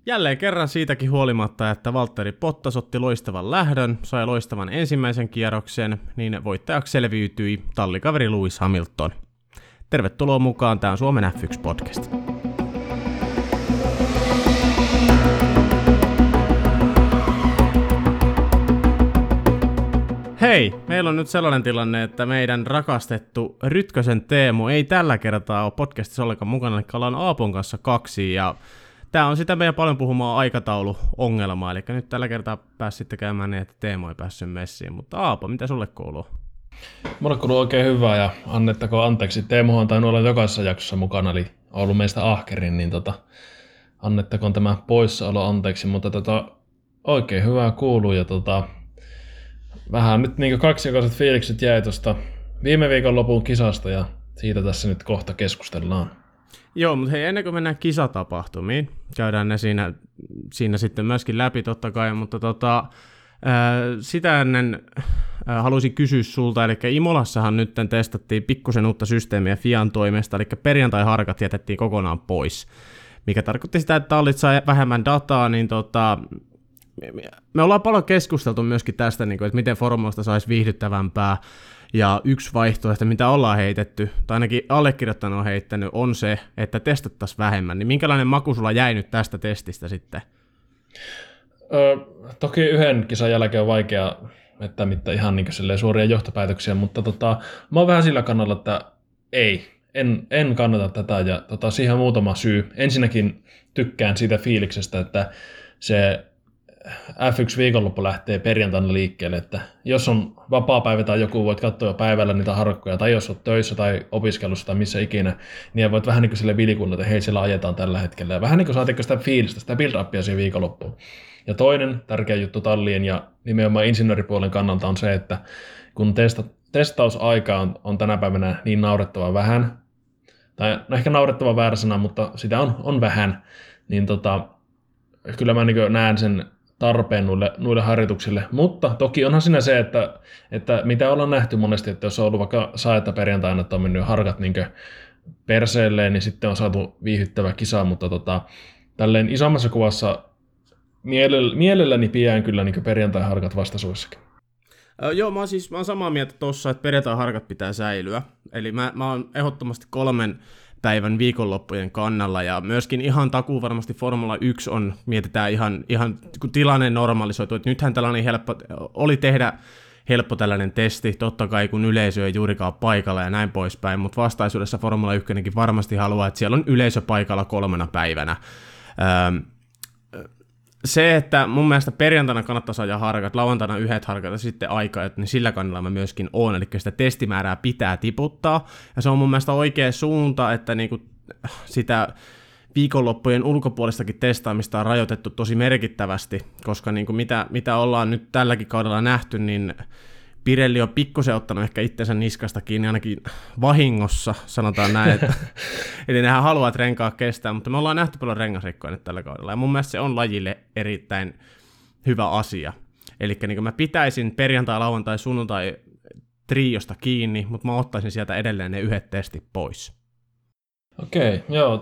Jälleen kerran siitäkin huolimatta, että Valtteri Bottas otti loistavan lähdön, sai loistavan ensimmäisen kierroksen, niin voittajaksi selviytyi tallikaveri Lewis Hamilton. Tervetuloa mukaan, tämä on Suomen F1-podcast. Hei, meillä on nyt sellainen tilanne, että meidän rakastettu Rytkösen Teemu ei tällä kertaa ole podcastissa ollenkaan mukana, eli ollaan Aapon kanssa kaksi, ja tämä on sitä meidän paljon puhumaa aikatauluongelmaa, eli nyt tällä kertaa pääsitte käymään niin, että Teemu ei päässyt messiin, mutta Aapo, mitä sulle kuuluu? Mulle kuuluu oikein hyvää ja annettakoon anteeksi. Teemu on tainnut olla jokaisessa jaksossa mukana, eli on ollut meistä ahkerin, niin annettakoon tämä poissaolo anteeksi, mutta oikein hyvää kuuluu ja vähän nyt niin kaksijakaiset fiilikset jäi tuosta viime viikon lopun kisasta ja siitä tässä nyt kohta keskustellaan. Joo, mutta hei, ennen kuin mennään kisatapahtumiin, käydään ne siinä sitten myöskin läpi totta kai, mutta sitä ennen haluaisin kysyä sulta, eli Imolassahan nyt testattiin pikkusen uutta systeemiä FIAn toimesta, eli perjantai-harkat jätettiin kokonaan pois, mikä tarkoitti sitä, että tallit sai vähemmän dataa, niin me ollaan paljon keskusteltu myöskin tästä, että miten formuloista saisi viihdyttävämpää, ja yksi vaihtoehto, mitä ollaan heitetty, tai ainakin allekirjoittanut on heittänyt, on se, että testattaisiin vähemmän. Niin minkälainen maku sulla jäi nyt tästä testistä sitten? Toki yhden kisan jälkeen on vaikea vetää mitään ihan suoria johtopäätöksiä, mutta mä oon vähän sillä kannalla, että en kannata tätä, ja siihen on muutama syy. Ensinnäkin tykkään siitä fiiliksestä, että se F1-viikonloppu lähtee perjantaina liikkeelle, että jos on vapaapäivä tai joku, voit katsoa jo päivällä niitä harkkoja, tai jos olet töissä tai opiskelussa tai missä ikinä, niin voit vähän sille vilikunnata, että hei, siellä ajetaan tällä hetkellä. Ja vähän saatiinko sitä fiilistä, sitä build-upia siihen viikonloppuun. Ja toinen tärkeä juttu tallien ja nimenomaan insinööripuolen kannalta on se, että kun testausaika on tänä päivänä niin naurettava vähän, tai ehkä naurettava väärä sana, mutta sitä on vähän, niin kyllä mä näen sen tarpeen noille harjoituksille, mutta toki onhan siinä se, että mitä ollaan nähty monesti, että jos on ollut vaikka saetta perjantaina, että on mennyt harkat perseelleen, niin sitten on saatu viihyttävä kisa, mutta tälleen isommassa kuvassa mielelläni pidän kyllä perjantai-harkat vastaisuissakin. Joo, mä oon samaa mieltä tuossa, että perjantai-harkat pitää säilyä, eli mä oon ehdottomasti 3 päivän viikonloppujen kannalla, ja myöskin ihan takuu varmasti Formula 1 mietitään ihan kun tilanne normalisoitu, että nythän tällainen oli tehdä helppo tällainen testi, totta kai kun yleisö ei juurikaan paikalla ja näin poispäin, mutta vastaisuudessa Formula 1 varmasti haluaa, että siellä on yleisö paikalla 3 päivänä. Se, että mun mielestä perjantaina kannattaisi ajaa harkat, lauantaina yhdet harkat ja sitten aika, niin sillä kannalla mä myöskin oon, eli sitä testimäärää pitää tiputtaa, ja se on mun mielestä oikea suunta, että sitä viikonloppujen ulkopuolistakin testaamista on rajoitettu tosi merkittävästi, koska mitä ollaan nyt tälläkin kaudella nähty, niin Pirelli on pikkusen ottanut ehkä itsensä niskasta kiinni, ainakin vahingossa, sanotaan näin, että eli nehän haluaa, että renkaa kestää, mutta me ollaan nähty paljon rengasrikkoja nyt tällä kaudella, ja mun mielestä se on lajille erittäin hyvä asia. Eli mä pitäisin perjantai, lauantai, sunnuntai triosta kiinni, mutta mä ottaisin sieltä edelleen ne yhdet testit pois. Okei, joo,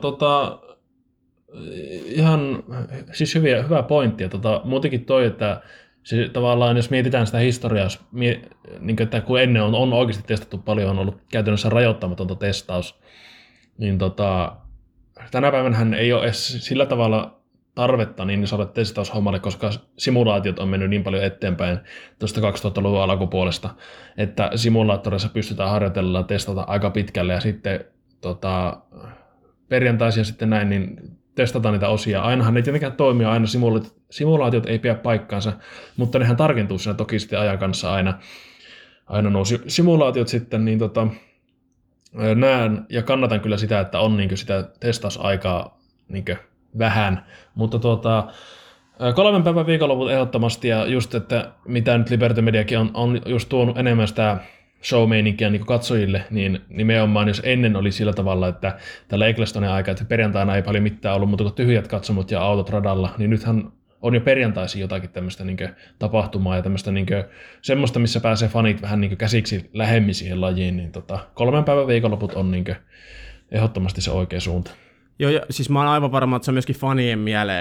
ihan siis hyvä pointti, ja muutenkin toi, että se, tavallaan, jos mietitään sitä historiaa, niin että kun ennen on oikeasti testattu paljon, on ollut käytännössä rajoittamatonta testaus, niin tänä päivänähän ei ole edes sillä tavalla tarvetta niin isolle testaushommalle, koska simulaatiot on mennyt niin paljon eteenpäin tuosta 2000-luvun alkupuolesta, että simulaattoreissa pystytään harjoitella ja testata aika pitkälle, ja sitten perjantaisin ja sitten näin, niin testataan niitä osia. Ainahan ne ei tietenkään toimi, aina simulaatiot ei pidä paikkaansa, mutta nehän tarkentuu siinä toki sitten ajan kanssa aina nuo simulaatiot sitten, niin näen ja kannatan kyllä sitä, että on sitä testausaikaa vähän, mutta 3 päivän viikonloput ehdottomasti, ja just, että mitä nyt Liberty Mediakin on just tuonut enemmän sitä show-meininkiä katsojille, niin nimenomaan jos ennen oli sillä tavalla, että tällä Ecclestonin aikaa, että perjantaina ei paljon mitään ollut, mutta kun tyhjät katsomot ja autot radalla, niin nythän on jo perjantaisin jotakin tämmöistä tapahtumaa ja tämmöistä semmoista, missä pääsee fanit vähän käsiksi lähemmin siihen lajiin, niin 3 päivän viikonloput on ehdottomasti se oikea suunta. Joo, ja siis mä oon aivan varma, että se on myöskin fanien mieleen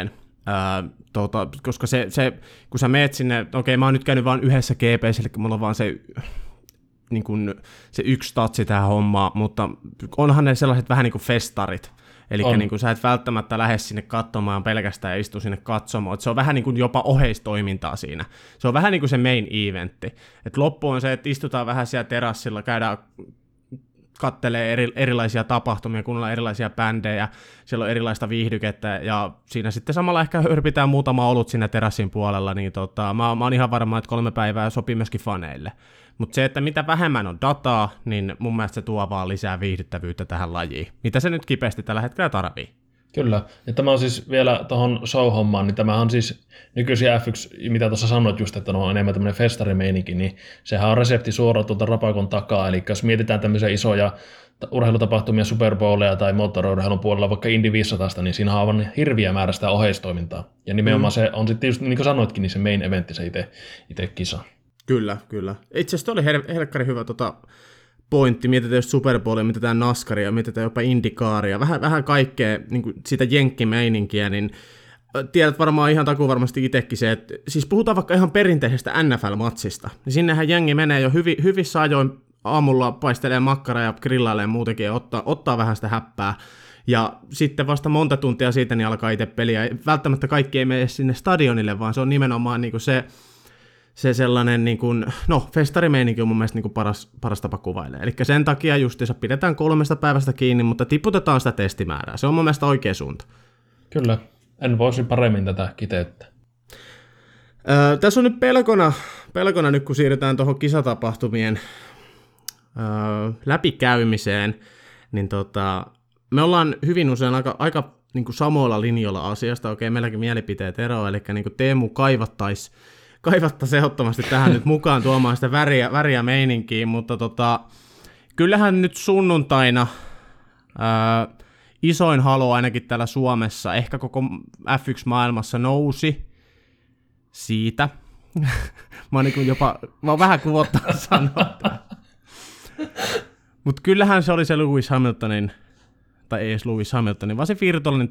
koska kun sä meet sinne, okei, mä oon nyt käynyt vaan yhdessä GPS, eli mulla on vaan niin kun, se yksi tatsi tähän hommaan, mutta onhan ne sellaiset vähän niin kuin festarit, eli niin kuin sä et välttämättä lähde sinne katsomaan pelkästään ja istu sinne katsomaan, se on vähän niin kuin jopa oheistoimintaa siinä. Se on vähän niin kuin se main eventti. Et loppu on se, että istutaan vähän siellä terassilla, käydään kattelee erilaisia tapahtumia, kuunnellaan erilaisia bändejä, siellä on erilaista viihdykettä, ja siinä sitten samalla ehkä hörpitään muutama olut siinä terassin puolella, niin mä oon ihan varma, että 3 päivää sopii myöskin faneille. Mutta se, että mitä vähemmän on dataa, niin mun mielestä se tuo vaan lisää viihdyttävyyttä tähän lajiin, mitä se nyt kipeästi tällä hetkellä tarvii. Kyllä, ja tämä on siis vielä tuohon show-hommaan, niin tämä on siis nykyisin F1, mitä tuossa sanoit just, että on enemmän tämmöinen festarimeininki, niin sehän on resepti suoraan tuolta rapakon takaa, eli jos mietitään tämmöisiä isoja urheilutapahtumia, Super Bowleja tai moottoriurheilun puolella, vaikka Indy 500, niin siinä on aivan hirviä määrä sitä oheistoimintaa, ja nimenomaan se on sitten just, niin kuin sanoitkin, niin se main eventti, se itse kisa. Kyllä. Itse asiassa oli helkkari hyvä pointti, mietitään just Super Bowlia, mietitään NASCARia, mietitään jopa IndyCaria, vähän kaikkea niin kuin sitä jenkkimeininkiä, niin tiedät varmaan ihan takuvarmasti itsekin se, että siis puhutaan vaikka ihan perinteisestä NFL-matsista, niin sinnehän jengi menee jo hyvissä ajoin aamulla paistelee makkaraa ja grillailee muutenkin ja ottaa vähän sitä häppää, ja sitten vasta monta tuntia siitä niin alkaa itse peliä. Välttämättä kaikki ei mene sinne stadionille, vaan se on nimenomaan niin kuin se sellainen, niin kuin, festarimeininki on mun mielestä niin kuin paras tapa kuvailee. Eli sen takia justiinsa pidetään 3 päivästä kiinni, mutta tiputetaan sitä testimäärää. Se on mun mielestä oikea suunta. Kyllä, en voisi paremmin tätä kiteyttää. Tässä on nyt pelkona nyt, kun siirrytään tuohon kisatapahtumien läpikäymiseen, niin me ollaan hyvin usein aika niin kuin samoilla linjoilla asiasta. Okei, meilläkin mielipiteet eroa, eli niin kuin Teemu kaivattaisiin ehdottomasti tähän nyt mukaan tuomaan sitä väriä meininkiin, mutta kyllähän nyt sunnuntaina isoin halu ainakin täällä Suomessa, ehkä koko F1-maailmassa nousi siitä. Mä oon vähän kuvottaa sanoa. Mutta kyllähän se oli se Lewis Hamiltonin, tai ei edes Lewis Hamiltonin, vaan se virtuaalinen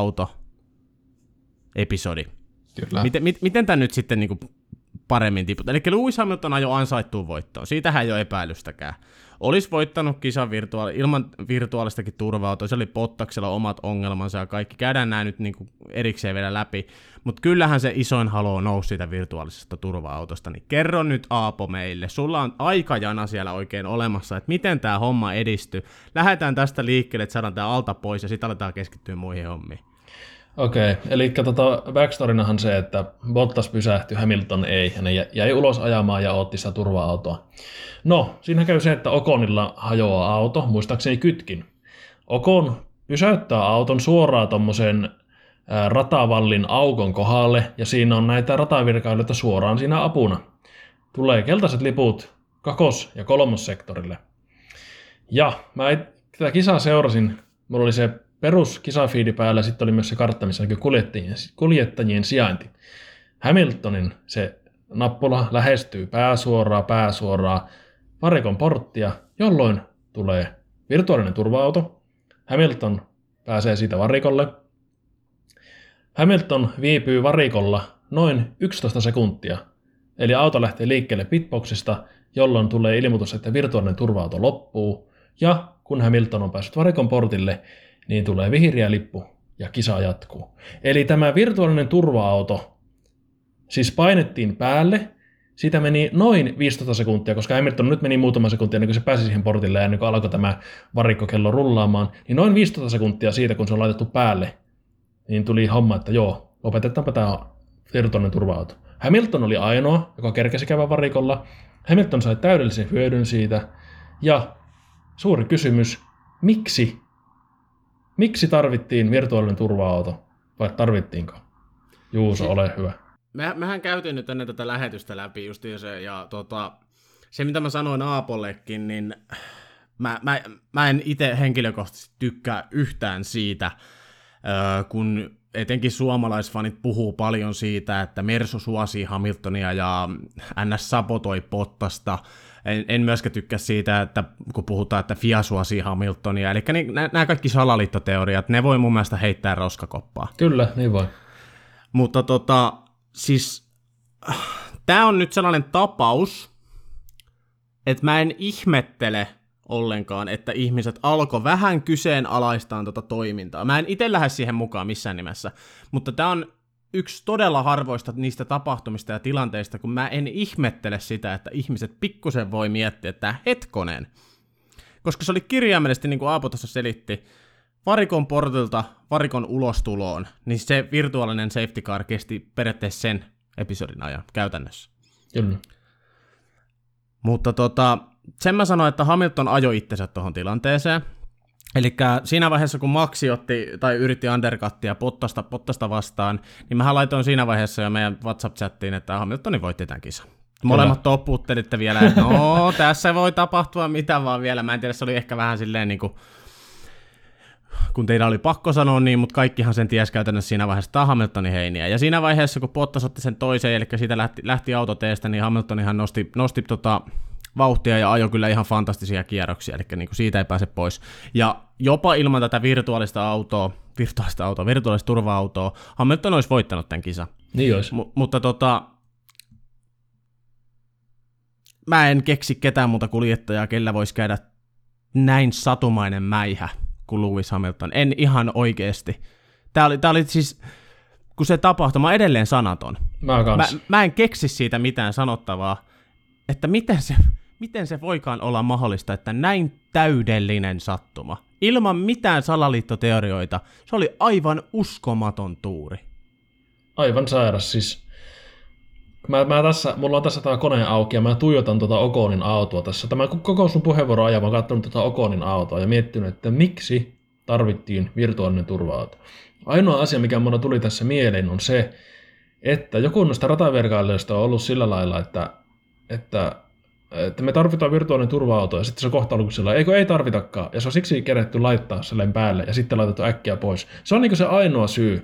turva-auto-episodi. Kyllä. Miten tämä nyt sitten niinku paremmin tiputaan? Eli Lewis Hamilton ajoi ansaittuun voittoon. Siitähän ei ole epäilystäkään. Olisi voittanut kisan ilman virtuaalistakin turva-autoa. Se oli Bottaksella omat ongelmansa ja kaikki. Käydään nämä nyt niinku erikseen vielä läpi. Mutta kyllähän se isoin halu nousi siitä virtuaalisesta turva-autosta. Niin kerro nyt Aapo meille. Sulla on aikajana siellä oikein olemassa, että miten tämä homma edistyy. Lähdetään tästä liikkeelle, että saadaan tämä alta pois ja sitten aletaan keskittyä muihin hommiin. Okei, eli backstorinahan se, että Bottas pysähtyi, Hamilton ei, ja ne jäi ulos ajamaan ja otti sitä turva-autoa. No, siinä käy se, että Oconilla hajoaa auto, muistaakseni kytkin. Ocon pysäyttää auton suoraan tommosen ratavallin aukon kohdalle, ja siinä on näitä ratavirkailijoita suoraan siinä apuna. Tulee keltaiset liput kakos- ja kolmossektorille. Ja mä tätä kisaa seurasin, mulla oli se peruskisafiidi päällä, ja sitten oli myös se kartta, missä näkyy kuljettajien sijainti. Hamiltonin se nappula lähestyy pääsuoraa varikon porttia, jolloin tulee virtuaalinen turva-auto. Hamilton pääsee siitä varikolle. Hamilton viipyy varikolla noin 11 sekuntia, eli auto lähtee liikkeelle pitboxista, jolloin tulee ilmoitus, että virtuaalinen turva-auto loppuu, ja kun Hamilton on päässyt varikon portille, niin tulee vihreä lippu ja kisa jatkuu. Eli tämä virtuaalinen turva-auto siis painettiin päälle, siitä meni noin 15 sekuntia, koska Hamilton nyt meni muutama sekuntia ennen kuin se pääsi siihen portille ja ennen kuin alkoi tämä varikkokello rullaamaan, niin noin 15 sekuntia siitä, kun se on laitettu päälle, niin tuli homma, että joo, lopetetaanpa tämä virtuaalinen turva-auto. Hamilton oli ainoa, joka kerkesi käydä varikolla. Hamilton sai täydellisen hyödyn siitä. Ja suuri kysymys, miksi tarvittiin virtuaalinen turva-auto? Vai tarvittiinko? Juuso, ole hyvä. Mehän käytiin nyt ennen tätä lähetystä läpi se, ja se mitä mä sanoin Aapollekin, niin mä en itse henkilökohtaisesti tykkää yhtään siitä, kun etenkin suomalaisfanit puhuu paljon siitä, että Mersu suosii Hamiltonia ja NS sabotoi Bottasta. En myöskään tykkää siitä, että kun puhutaan, että FIA suosii Hamiltonia. Eli nämä kaikki salaliittoteoriat, ne voi mun mielestä heittää roskakoppaa. Kyllä, niin voi. Mutta siis tää on nyt sellainen tapaus, että mä en ihmettele ollenkaan, että ihmiset alkoi vähän kyseenalaistaan toimintaa. Mä en itse lähde siihen mukaan missään nimessä, mutta tää on yksi todella harvoista niistä tapahtumista ja tilanteista, kun mä en ihmettele sitä, että ihmiset pikkusen voi miettiä, että hetkonen. Koska se oli kirjaimellisesti, niin kuin Aapo tuossa selitti, varikon portilta varikon ulostuloon, niin se virtuaalinen safety car kesti periaatteessa sen episodin ajan käytännössä. Kyllä. Mutta sen mä sanoin, että Hamilton ajoi itsensä tuohon tilanteeseen. Eli siinä vaiheessa, kun Maxi yritti undercuttia Bottasta vastaan, niin mähän laitoin siinä vaiheessa jo meidän WhatsApp-chattiin, että Hamiltoni voitti tämän kisan. Molemmat toppuuttelitte vielä, että no, tässä voi tapahtua mitä vaan vielä. Mä en tiedä, se oli ehkä vähän silleen niin kuin, kun teillä oli pakko sanoa niin, mutta kaikkihan sen ties käytännössä siinä vaiheessa, että tämä on Hamiltonin heiniä. Ja siinä vaiheessa, kun Bottas otti sen toisen, eli siitä lähti autoteesta, niin Hamiltonihan nosti vauhtia ja ajoi kyllä ihan fantastisia kierroksia, eli niin kuin siitä ei pääse pois. Ja jopa ilman tätä virtuaalista turva-autoa, Hamilton olisi voittanut tämän kisan. Niin olisi. Mutta mä en keksi ketään muuta kuljettajaa, kellä voisi käydä näin satumainen mäihä kuin Lewis Hamilton. En ihan oikeesti. Tää oli siis, kun se tapahtui, mä oon edelleen sanaton. Mä en keksi siitä mitään sanottavaa, että miten se voikaan olla mahdollista, että näin täydellinen sattuma. Ilman mitään salaliittoteorioita. Se oli aivan uskomaton tuuri. Aivan sairas siis. Mulla on tässä tää kone auki ja mä tuijotan Oconin autoa tässä. Tämä koko sun puheenvuoro ajan mä oon katsonut Oconin autoa ja miettinyt, että miksi tarvittiin virtuaalinen turva-auto. Ainoa asia, mikä mulla tuli tässä mieleen, on se, että joku noista rataverkailijoista on ollut sillä lailla, että me tarvitaan virtuaalinen turva-auto, ja sitten se kohta ollut sillä ei tarvitakaan, ja se on siksi keretty laittaa sellainen päälle, ja sitten laitettu äkkiä pois. Se on se ainoa syy,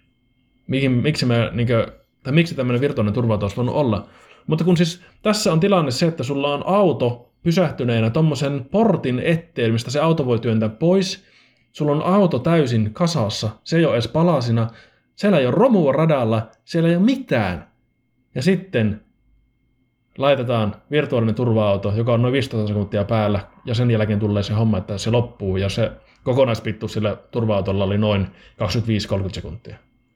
miksi tämmöinen virtuaalinen turva-auto olisi voinut olla. Mutta kun siis tässä on tilanne se, että sulla on auto pysähtyneenä tommosen portin eteen, mistä se auto voi työntää pois, sulla on auto täysin kasassa, se ei ole edes palasina, siellä ei ole romua radalla, siellä ei ole mitään. Ja sitten laitetaan virtuaalinen turva-auto, joka on noin 15 sekuntia päällä, ja sen jälkeen tulee se homma, että se loppuu, ja se kokonaispittuus sillä turva-autolla oli noin 25-30 sekuntia.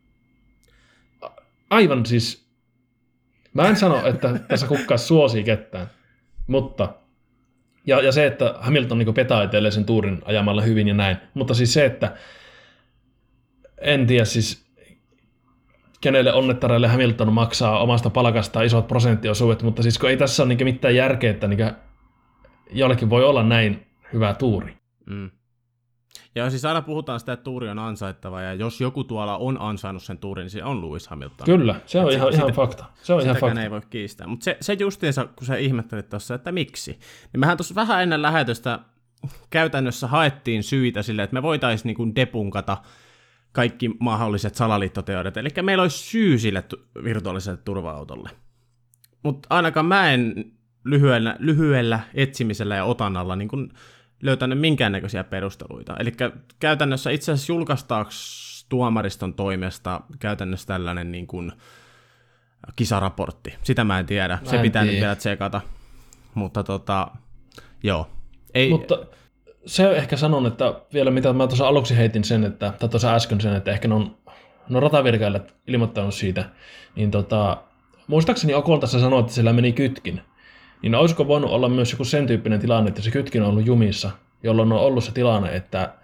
Aivan siis, mä en sano, että tässä kukkaisi suosii ketään, mutta, ja se, että Hamilton petaa itselleen sen tuurin ajamalla hyvin ja näin, mutta siis se, että en tiedä siis, kenelle onnettareille Hamilton maksaa omasta palkastaan isot prosenttiosuudet, mutta siis kun ei tässä ole mitään järkeä, että jollekin voi olla näin hyvä tuuri. Mm. Ja siis aina puhutaan sitä, että tuuri on ansaittava, ja jos joku tuolla on ansainnut sen tuurin, niin se on Lewis Hamilton. Kyllä, se on ihan fakta. Se on ihan fakta. Ei voi kiistää. Mutta se justiinsa, kun sä ihmettelit tuossa, että miksi, niin mehän tuossa vähän ennen lähetystä käytännössä haettiin syitä sille, että me voitaisiin niin depunkata kaikki mahdolliset salaliittoteoriat, eli meillä olisi syy sille virtuaaliselle turva-autolle. Mutta ainakaan mä en lyhyellä etsimisellä ja otannalla niin kun löytänyt minkäännäköisiä perusteluita. Eli käytännössä itse asiassa julkaistaanko tuomariston toimesta käytännössä tällainen niin kun kisaraportti. Sitä mä en tiedä. Se pitää nyt vielä tsekata. Mutta joo. Ei. Mutta se ehkä sanon, että vielä mitä mä tuossa aluksi heitin sen, tai tuossa äsken sen, että ehkä ne on ratavirkailijat ilmoittanut siitä, niin muistaakseni Ocon tässä sanoi, että sillä meni kytkin. Niin olisiko voinut olla myös joku sen tyyppinen tilanne, että se kytkin on ollut jumissa, jolloin on ollut se tilanne, että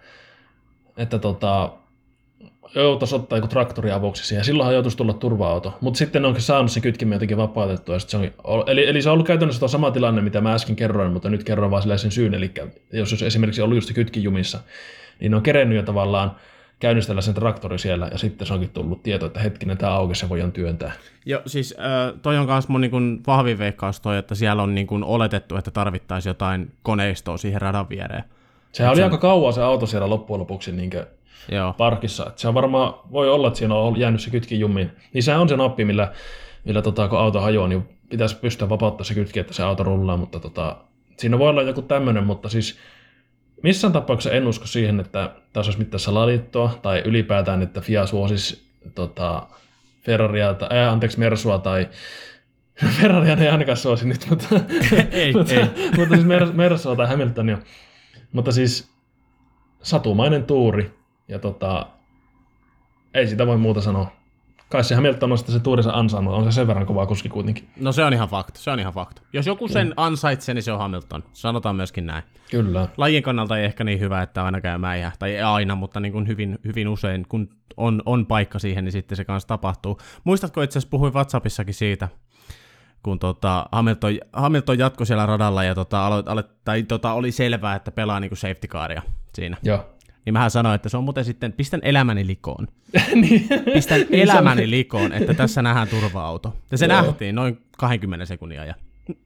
joutuisi ottaa joku traktori avuksi ja silloinhan joutuisi tulla turva-auto. Mutta sitten onkin saanut se kytkimen jotenkin vapautettua. Eli se on ollut käytännössä tuo sama tilanne, mitä mä äsken kerroin, mutta nyt kerron vaan sen syyn. Eli jos esimerkiksi ollut just se kytkin jumissa, niin ne on kerennyt jo tavallaan käynnistellä sen traktori siellä, ja sitten se onkin tullut tieto, että hetkinen, tämä aukesi, se voidaan työntää. Joo, siis toi on myös mun niin vahvin veikkaus toi, että siellä on niin oletettu, että tarvittaisiin jotain koneistoa siihen radan viereen. Sehän oli aika kauan se auto siellä loppujen lopuksi parkissa. Että se varmaan voi olla, että siinä on jäänyt se kytkin jummiin. Niin se on se nappi, millä kun auto hajoaa, niin pitäisi pystyä vapauttamaan se kytki, että se auto rullaa, mutta siinä voi olla joku tämmöinen, mutta siis missään tapauksessa en usko siihen, että tässä olisi mitään salaliittoa tai ylipäätään, että FIA suosisi Ferraria, Mersua tai Ferraria ei ainakaan suosi nyt, mutta, ei. mutta siis Mersua tai Hamiltonia. Mutta siis satumainen tuuri ja ei sitä voi muuta sanoa. Kai se Hamilton on sitten se tuurinsa ansainnut, on se sen verran kova kuski kuitenkin. No se on ihan fakta. Jos joku sen ansaitsee, niin se on Hamilton. Sanotaan myöskin näin. Kyllä. Lajin kannalta ei ehkä niin hyvä, että aina käy mäihä. Tai ei aina, mutta niin kuin hyvin usein, kun on paikka siihen, niin sitten se kanssa tapahtuu. Muistatko, itse asiassa puhuin WhatsAppissakin siitä, kun Hamilton jatkoi siellä radalla ja oli selvää, että pelaa niin kuin safety caria siinä. Joo. Niin mähän sanoin, että se on muuten sitten, pistän elämäni likoon. Niin. Pistän elämäni likoon, että tässä nähdään turva-auto. Ja se nähtiin noin 20 sekunnin ajan.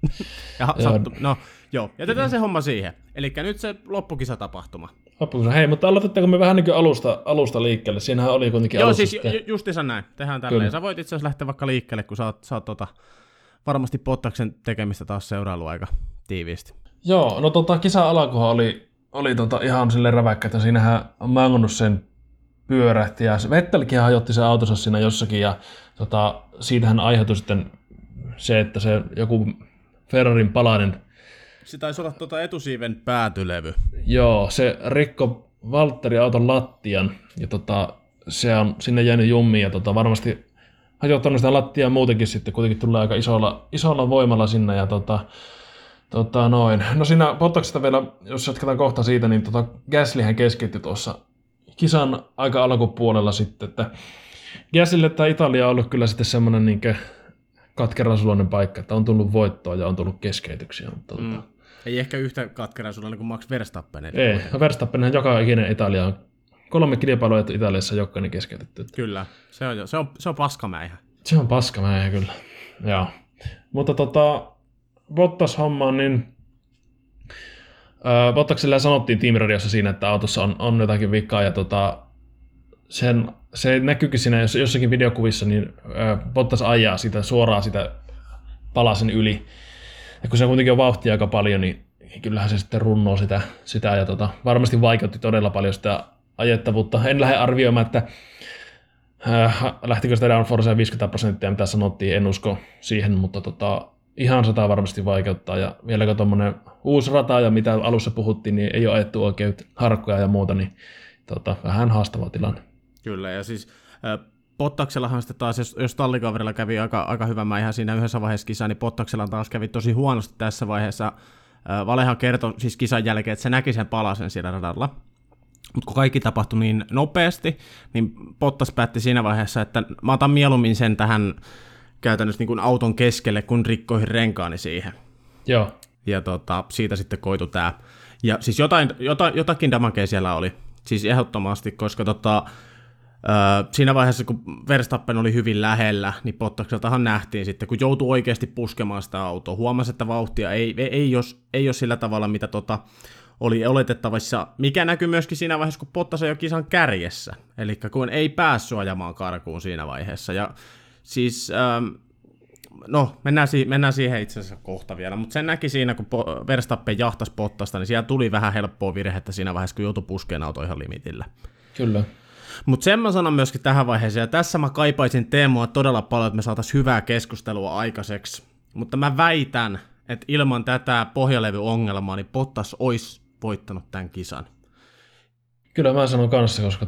Jätetään se homma siihen. Eli nyt se loppukisatapahtuma. Hei, mutta aloitettaanko me vähän niin kuin alusta liikkeelle? Siinähän oli kuitenkin Joo, alussa. Siis justiinsa näin. Tehdään tälleen. Sä voit itse asiassa lähteä vaikka liikkeelle, kun sä oot varmasti Bottaksen tekemistä taas seuraillut aika tiiviisti. Joo, no kisa alkuhan oli ihan silleen räväkkä, että siinähän Magnussen pyörähti ja Vettelkin hajotti se autonsa siinä jossakin ja siitähän aiheutui sitten se, että se joku Ferrarin palanen. Se taisi olla etusiiven päätylevy. Joo, se rikko Valtterin auton lattian ja se on sinne jäänyt jummiin ja varmasti hajottanut sitä lattiaa muutenkin sitten, kuitenkin tulee aika isolla voimalla sinne ja noin. No siinä Bottaksesta vielä, jos jatketaan kohta siitä, niin Gaslyhän keskeytti tuossa kisan aika alkupuolella sitten, että Gaslylle tämä Italia on ollut kyllä sitten semmoinen niinkö katkerasuloinen paikka, että on tullut voittoa ja on tullut keskeytyksiä. Mutta Ei ehkä yhtä katkerasuloinen kuin Max Verstappen. Ei, Verstappenhan joka ikinen Italia on 3 kilpailua Italiassa jokainen keskeytetty. Kyllä, se on paskamäihä. Se on paskamäihä kyllä, joo. Mutta Bottas-hommaan, niin Bottakselle sanottiin tiimiradiossa siinä, että autossa on jotakin vikaa, ja se näkyykin siinä jossakin videokuvissa, niin Bottas ajaa suoraan sitä palasen yli. Ja kun se kuitenkin on vauhtia aika paljon, niin kyllähän se sitten runnoo sitä ja varmasti vaikeutti todella paljon sitä ajettavuutta. En lähde arvioimaan, että lähtikö sitä downforcea 50%, mitä sanottiin, en usko siihen, mutta ihan 100 varmasti vaikeuttaa, ja vielä kun tuommoinen uusi rata, ja mitä alussa puhuttiin, niin ei ole ajettu oikein harkkoja ja muuta, niin vähän haastava tilanne. Kyllä, ja siis Bottaksellahan sitten taas, jos tallikaverilla kävi aika hyvä mäihä siinä yhdessä vaiheessa kisaa, niin Bottaksella taas kävi tosi huonosti tässä vaiheessa. Valehan kertoi siis kisan jälkeen, että se näki sen palasen siellä radalla. Mutta kun kaikki tapahtui niin nopeasti, niin Bottas päätti siinä vaiheessa, että mä otan mieluummin sen tähän käytännössä niin kuin auton keskelle, kun rikkoihin renkaani siihen. Joo. Ja siitä sitten koitui tää. Ja siis jotakin damagea siellä oli, siis ehdottomasti, koska siinä vaiheessa, kun Verstappen oli hyvin lähellä, niin Bottakseltahan nähtiin sitten, kun joutui oikeasti puskemaan sitä autoa. Huomasi, että vauhtia ei ole sillä tavalla, mitä oli oletettavissa, mikä näkyy myöskin siinä vaiheessa, kun Bottas on jo kisan kärjessä. Eli kun ei päässyt ajamaan karkuun siinä vaiheessa. Ja siis, mennään siihen itse asiassa kohta vielä, mutta sen näki siinä, kun Verstappen jahtasi Bottasta, niin siellä tuli vähän helppoa virhettä siinä vaiheessa, kun joutui puskeen auto ihan limitillä. Kyllä. Mutta sen mä sanon myöskin tähän vaiheeseen, ja tässä mä kaipaisin Teemua todella paljon, että me saataisiin hyvää keskustelua aikaiseksi. Mutta mä väitän, että ilman tätä pohjalevyongelmaa, niin Bottas olisi voittanut tämän kisan. Kyllä mä sanon kanssa, koska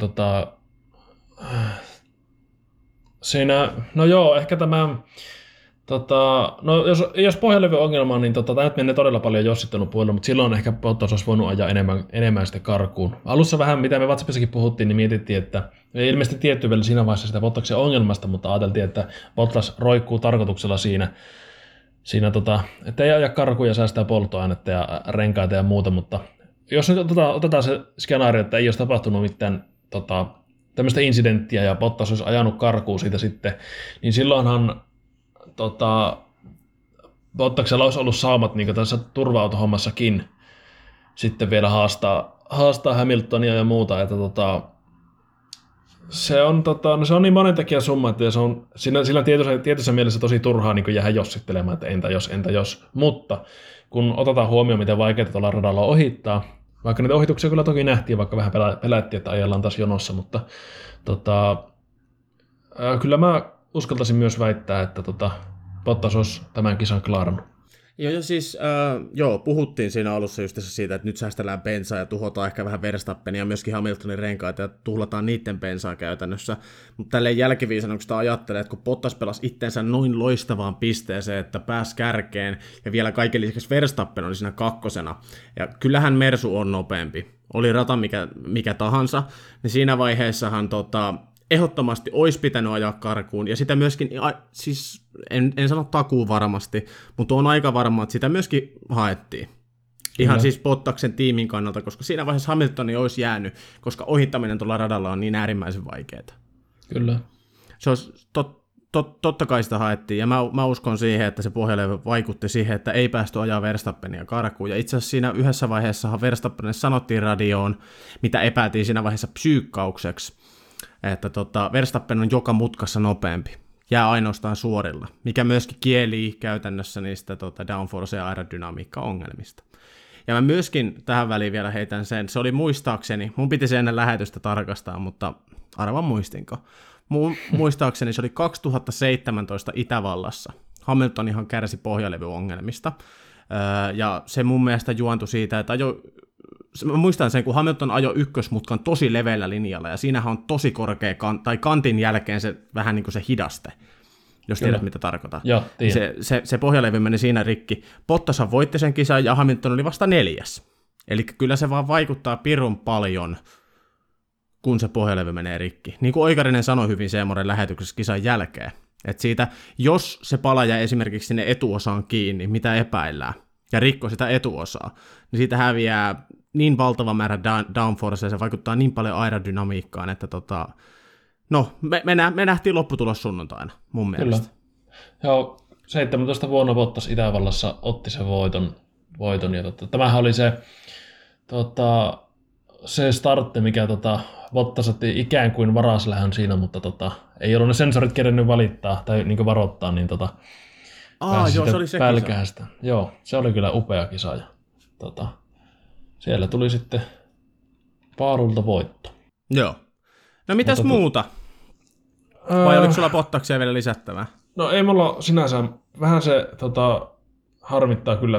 siinä, no joo, ehkä tämä, no jos pohjalevyongelma on, niin tämä nyt menee todella paljon jossittelun puolella, mutta silloin ehkä Bottas olisi voinut ajaa enemmän sitä karkuun. Alussa vähän, mitä me WhatsAppissakin puhuttiin, niin mietittiin, että ei ilmeisesti tietty vielä siinä vaiheessa sitä Bottaksen ongelmasta, mutta ajateltiin, että Bottas roikkuu tarkoituksella siinä että ei aja karkuun ja säästää polttoainetta ja renkaita ja muuta, mutta jos nyt otetaan se skenaario, että ei olisi tapahtunut mitään tämmöistä incidenttiä ja Bottas olisi ajanut karkuun siitä sitten, niin silloinhan Bottaksella olisi ollut saumat niin kuin tässä turva-autohommassakin sitten vielä haastaa Hamiltonia ja muuta, että se on niin monen tekijän summa, että se on sillä tietyssä mielessä tosi turhaa niin jäädä jossittelemaan, että entä jos, mutta kun otetaan huomioon, miten vaikeaa tuolla radalla on ohittaa, vaikka niitä ohituksia kyllä toki nähtiin, vaikka vähän pelättiin, että ajellaan taas jonossa, mutta kyllä mä uskaltaisin myös väittää, että Bottas olisi tämän kisan klaarannut. Joo, ja siis puhuttiin siinä alussa just siitä, että nyt säästellään bensaa ja tuhotaan ehkä vähän Verstappenia ja myöskin Hamiltonin renkaita ja tuhlataan niiden bensaa käytännössä. Mutta tälleen jälkiviisana, kun sitä ajattelee, että kun Bottas pelasi itsensä noin loistavaan pisteeseen, että pääsi kärkeen ja vielä kaiken lisäksi Verstappen oli siinä kakkosena. Ja kyllähän Mersu on nopeampi. Oli rata mikä tahansa, niin siinä vaiheessahan ehdottomasti olisi pitänyt ajaa karkuun, ja sitä myöskin, siis en sano takuu varmasti, mutta on aika varma, että sitä myöskin haettiin. Ihan siis Bottaksen tiimin kannalta, koska siinä vaiheessa Hamiltoni olisi jäänyt, koska ohittaminen tuolla radalla on niin äärimmäisen vaikeaa. Kyllä. Se olisi totta kai sitä haettiin, ja mä uskon siihen, että se pohjalevy vaikutti siihen, että ei päästy ajaa Verstappenia karkuun, ja itse asiassa siinä yhdessä vaiheessa Verstappenille sanottiin radioon, mitä epäiltiin siinä vaiheessa psyykkaukseksi, että Verstappen on joka mutkassa nopeampi, jää ainoastaan suorilla, mikä myöskin kielii käytännössä niistä downforce- ja aerodynamiikka-ongelmista. Ja mä myöskin tähän väliin vielä heitän sen, se oli muistaakseni, mun piti se ennen lähetystä tarkastaa, mutta arvan muistinko. Muistaakseni se oli 2017 Itävallassa. Hamilton ihan kärsi pohjalevyongelmista, ja se mun mielestä juontui siitä, että mä muistan sen, kun Hamilton ajoi ykkösmutkan tosi leveällä linjalla, ja siinähän on tosi korkea kantin jälkeen se vähän niin kuin se hidaste, jos tiedät, mitä tarkoitan. Joo, se pohjalevy meni siinä rikki. Bottashan voitti sen kisan, ja Hamilton oli vasta 4. Eli kyllä se vaan vaikuttaa pirun paljon, kun se pohjalevy menee rikki. Niin kuin Oikarinen sanoi hyvin Seemoren lähetyksessä kisan jälkeen, että siitä, jos se pala jää esimerkiksi sinne etuosaan kiinni, mitä epäillään, ja rikko sitä etuosaa, niin siitä häviää niin valtava määrä downforcea, se vaikuttaa niin paljon aerodynamiikkaan, että me nähtiin lopputulos sunnuntaina, mun mielestä. Kyllä. Joo, 17 vuonna Bottas Itävallassa otti sen voiton ja tämähän oli se startti, mikä Bottas otti ikään kuin varaslähön siinä, mutta ei ollut ne sensorit kerennyt valittaa tai niin varoittaa, niin joo, se oli se pälkähästä. Joo, se oli kyllä upea kisa. Ja, siellä tuli sitten Paarulta voitto. Joo. No mitäs muuta? Vai oliko sulla Bottaksia vielä lisättävää? No ei mulla sinänsä. Vähän se harmittaa kyllä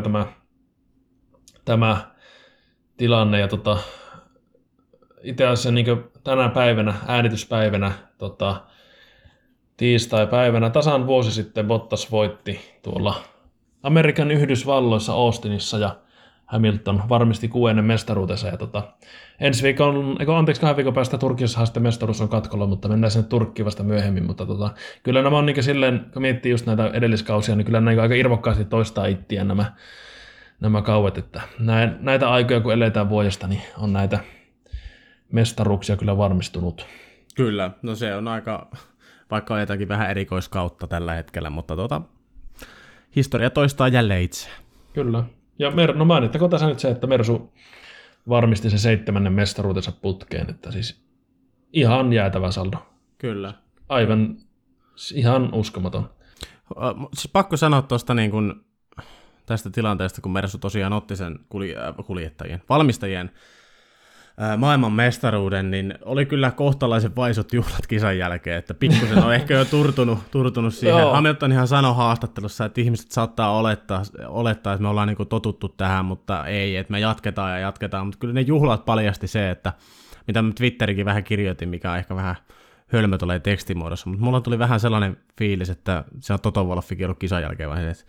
tämä tilanne. Ja itse asiassa niin tänä päivänä, äänityspäivänä, tiistai-päivänä, tasan vuosi sitten Bottas voitti tuolla Amerikan Yhdysvalloissa Austinissa ja Hamilton varmisti 6. mestaruutensa. Ja 2 viikon päästä Turkissahan sitten mestaruus on katkolla, mutta mennään sinne Turkkiin vasta myöhemmin. Mutta kyllä nämä on niin silleen, kun miettii just näitä edelliskausia, niin kyllä nämä aika irvokkaasti toistaa ittiään nämä kauet. Että näitä aikoja, kun eletään vuodesta, niin on näitä mestaruuksia kyllä varmistunut. Kyllä, no se on aika, vaikka on jotakin vähän erikoiskautta tällä hetkellä, mutta historia toistaa jälleen itseään. Kyllä. Ja mainittakoon tässä nyt se, että Mersu varmisti sen 7. mestaruutensa putkeen, että siis ihan jäätävä saldo. Kyllä. Aivan ihan uskomaton. Siis pakko sanoa tuosta niin kun, tästä tilanteesta, kun Mersu tosiaan otti sen valmistajien maailman mestaruuden, niin oli kyllä kohtalaisen vaisut juhlat kisan jälkeen, että pikkusen on ehkä jo turtunut siihen. Hamiltonihan sanoi haastattelussa, että ihmiset saattaa olettaa, että me ollaan niin totuttu tähän, mutta ei, että me jatketaan, mutta kyllä ne juhlat paljasti se, että mitä mä Twitterikin vähän kirjoitin, mikä on ehkä vähän hölmö tulee tekstimuodossa, mutta mulla tuli vähän sellainen fiilis, että se on Toto Wolffikin ollut kisan jälkeen vähän, että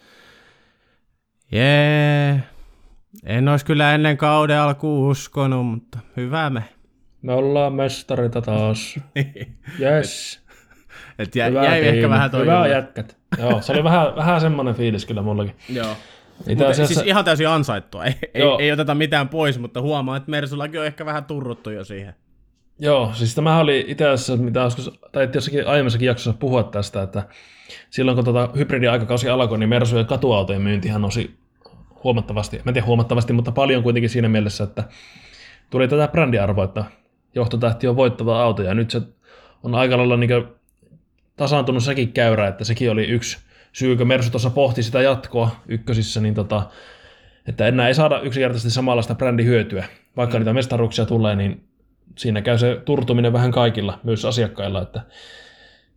en olisi kyllä ennen kauden alkuun uskonut, mutta hyvä me. Me ollaan mestarita taas. Yes. Jäi ehkä vähän toi. Hyvä jätkät. Joo, se oli vähän semmoinen fiilis kyllä mullakin. Joo. Siis ihan täysin ansaittua. Ei oteta mitään pois, mutta huomaa, että Mersullakin on ehkä vähän turruttu jo siihen. Joo, siis tämähän oli itse asiassa, mitä tai jossakin aiemmassakin jaksossa puhua tästä, että silloin kun hybridi-aikakausi alkoi, niin Mersujen katuautojen myyntihän nousi huomattavasti, en tiedä huomattavasti, mutta paljon kuitenkin siinä mielessä, että tuli tätä brändiarvoa, että johtotähti on voittava auto, ja nyt se on aika lailla niin tasaantunut sekin käyrä, että sekin oli yksi syy, kun Mersu tuossa pohti sitä jatkoa ykkösissä, niin että enää ei saada yksinkertaisesti samanlaista brändihyötyä. Vaikka niitä mestaruuksia tulee, niin siinä käy se turtuminen vähän kaikilla, myös asiakkailla,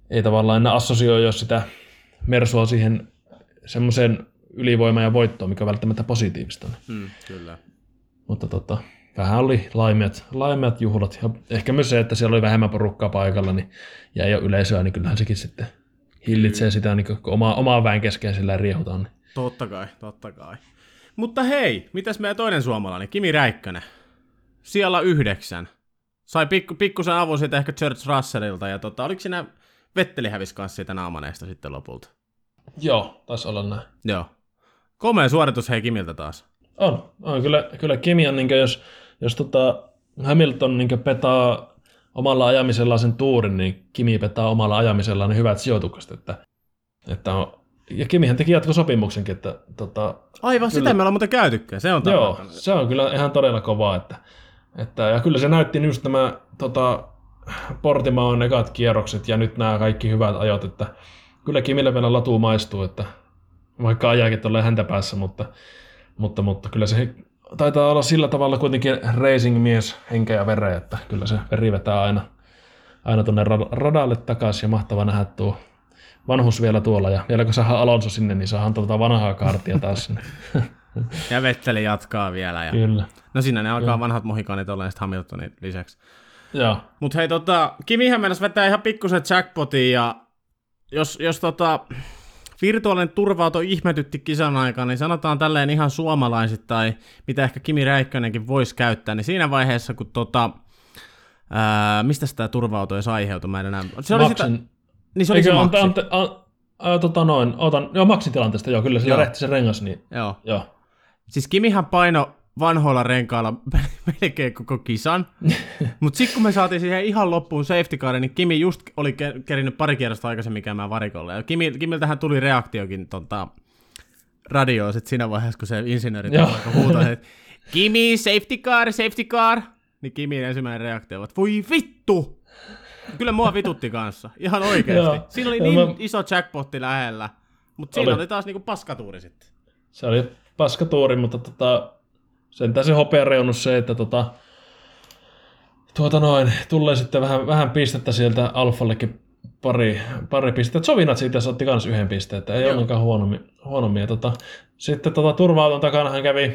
ei tavallaan enää assosioi sitä Mersua siihen semmoiseen ylivoimaan ja voittoon, mikä on välttämättä positiivista. Kyllä. Mutta vähän oli laimeat juhlat. Ja ehkä myös se, että siellä oli vähemmän porukkaa paikalla niin, ja ei ole yleisöä, niin kyllähän sekin sitten hillitsee sitä, niin kun omaa väen kesken sillä riehutaan. Niin. Totta kai. Mutta hei, mitäs meidän toinen suomalainen, Kimi Räikkönen? Siellä 9. Sai pikkusen avun siitä ehkä George Russellilta, ja oliko siinä Vetteli hävisi kanssa siitä naamaneesta sitten lopulta? Joo, taisi olla näin. Joo. Komea suoritus hei Kimiltä taas. On kyllä Kimi on, niin jos Hamilton niin petaa omalla ajamisellaan sen tuurin, niin Kimi petaa omalla ajamisellaan ne hyvät sijoitukset. Ja Kimihän teki jatkosopimuksenkin. Aivan, sitä me ollaan muuten käytykään. Se on joo, se on kyllä ihan todella kovaa. Ja kyllä se näytti just nämä Portimaon ekat kierrokset ja nyt nämä kaikki hyvät ajot, että kyllä Kimille vielä latu maistuu, että vaikka ajakin tuolla häntä päässä, mutta kyllä se taitaa olla sillä tavalla kuitenkin racing-mies henkeä ja vereen, että kyllä se veri vetää aina tuonne radalle takaisin ja mahtava nähdä tuo vanhus vielä tuolla. Ja vielä kun saadaan Alonso sinne, niin saadaan vanhaa kaartia taas sinne. Ja Vetteli jatkaa vielä. Ja... Kyllä. No siinä ne alkaa vanhat mohikaanit olla ja sitten Hamiltonin lisäksi. Joo. Mut hei Kimihän mennessä vetää ihan pikkusen jackpotin ja jos virtuaalinen turva-auto ihmetytti kisan aikaan, niin sanotaan tälleen ihan suomalaiset tai mitä ehkä Kimi Räikkönenkin voisi käyttää, niin siinä vaiheessa, kun mistä sitä turva-auto edes aiheutui, mä en enää... Se oli sitä... Niin se oli se Maxi. Joo, Maxin tilanteesta, joo, kyllä sillä rehti se rengas, niin... Joo. Siis Kimihän paino vanhoilla renkailla melkein koko kisan, mutta sitten kun me saatiin siihen ihan loppuun safety car, niin Kimi just oli kerinyt pari kierrosta aikaisemmin käymään varikolle. Ja Kimiltähän tuli reaktiokin radioon sit siinä vaiheessa, kun se insinööri huutaa, että Kimi, safety car, niin Kimin ensimmäinen reaktio, että voi vittu! Kyllä mua vitutti kanssa, ihan oikeasti. Siinä oli niin iso jackpotti lähellä, mutta siinä oli taas niinku paskatuuri sitten. Se oli paskatuuri, mutta sentään se hopeareunus se, että tulee sitten vähän pistettä sieltä Alfallekin pari pistettä. Sovinat siitä otti kans 1 pisteen, että ei ollenkaan huonommin. Sitten turva-auton takana hän kävi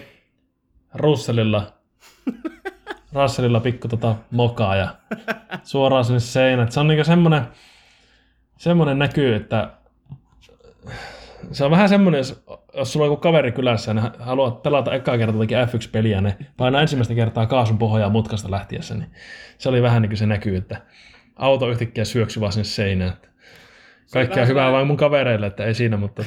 Russellilla pikku mokaa ja suoraan sinne seinään. Se on niinku semmonen näkyy, että se on vähän semmoinen, jos sulla on joku kaveri kylässä ja ne haluat pelata ekaa kertaa F1-peliä, ne painaa ensimmäistä kertaa kaasun pohjaa mutkasta lähtiessä, niin se oli vähän niin kuin se näkyy, että auto yhtäkkiä syöksy vaan sinne seinään. Kaikkea hyvää vain mun kavereille, että ei siinä, mutta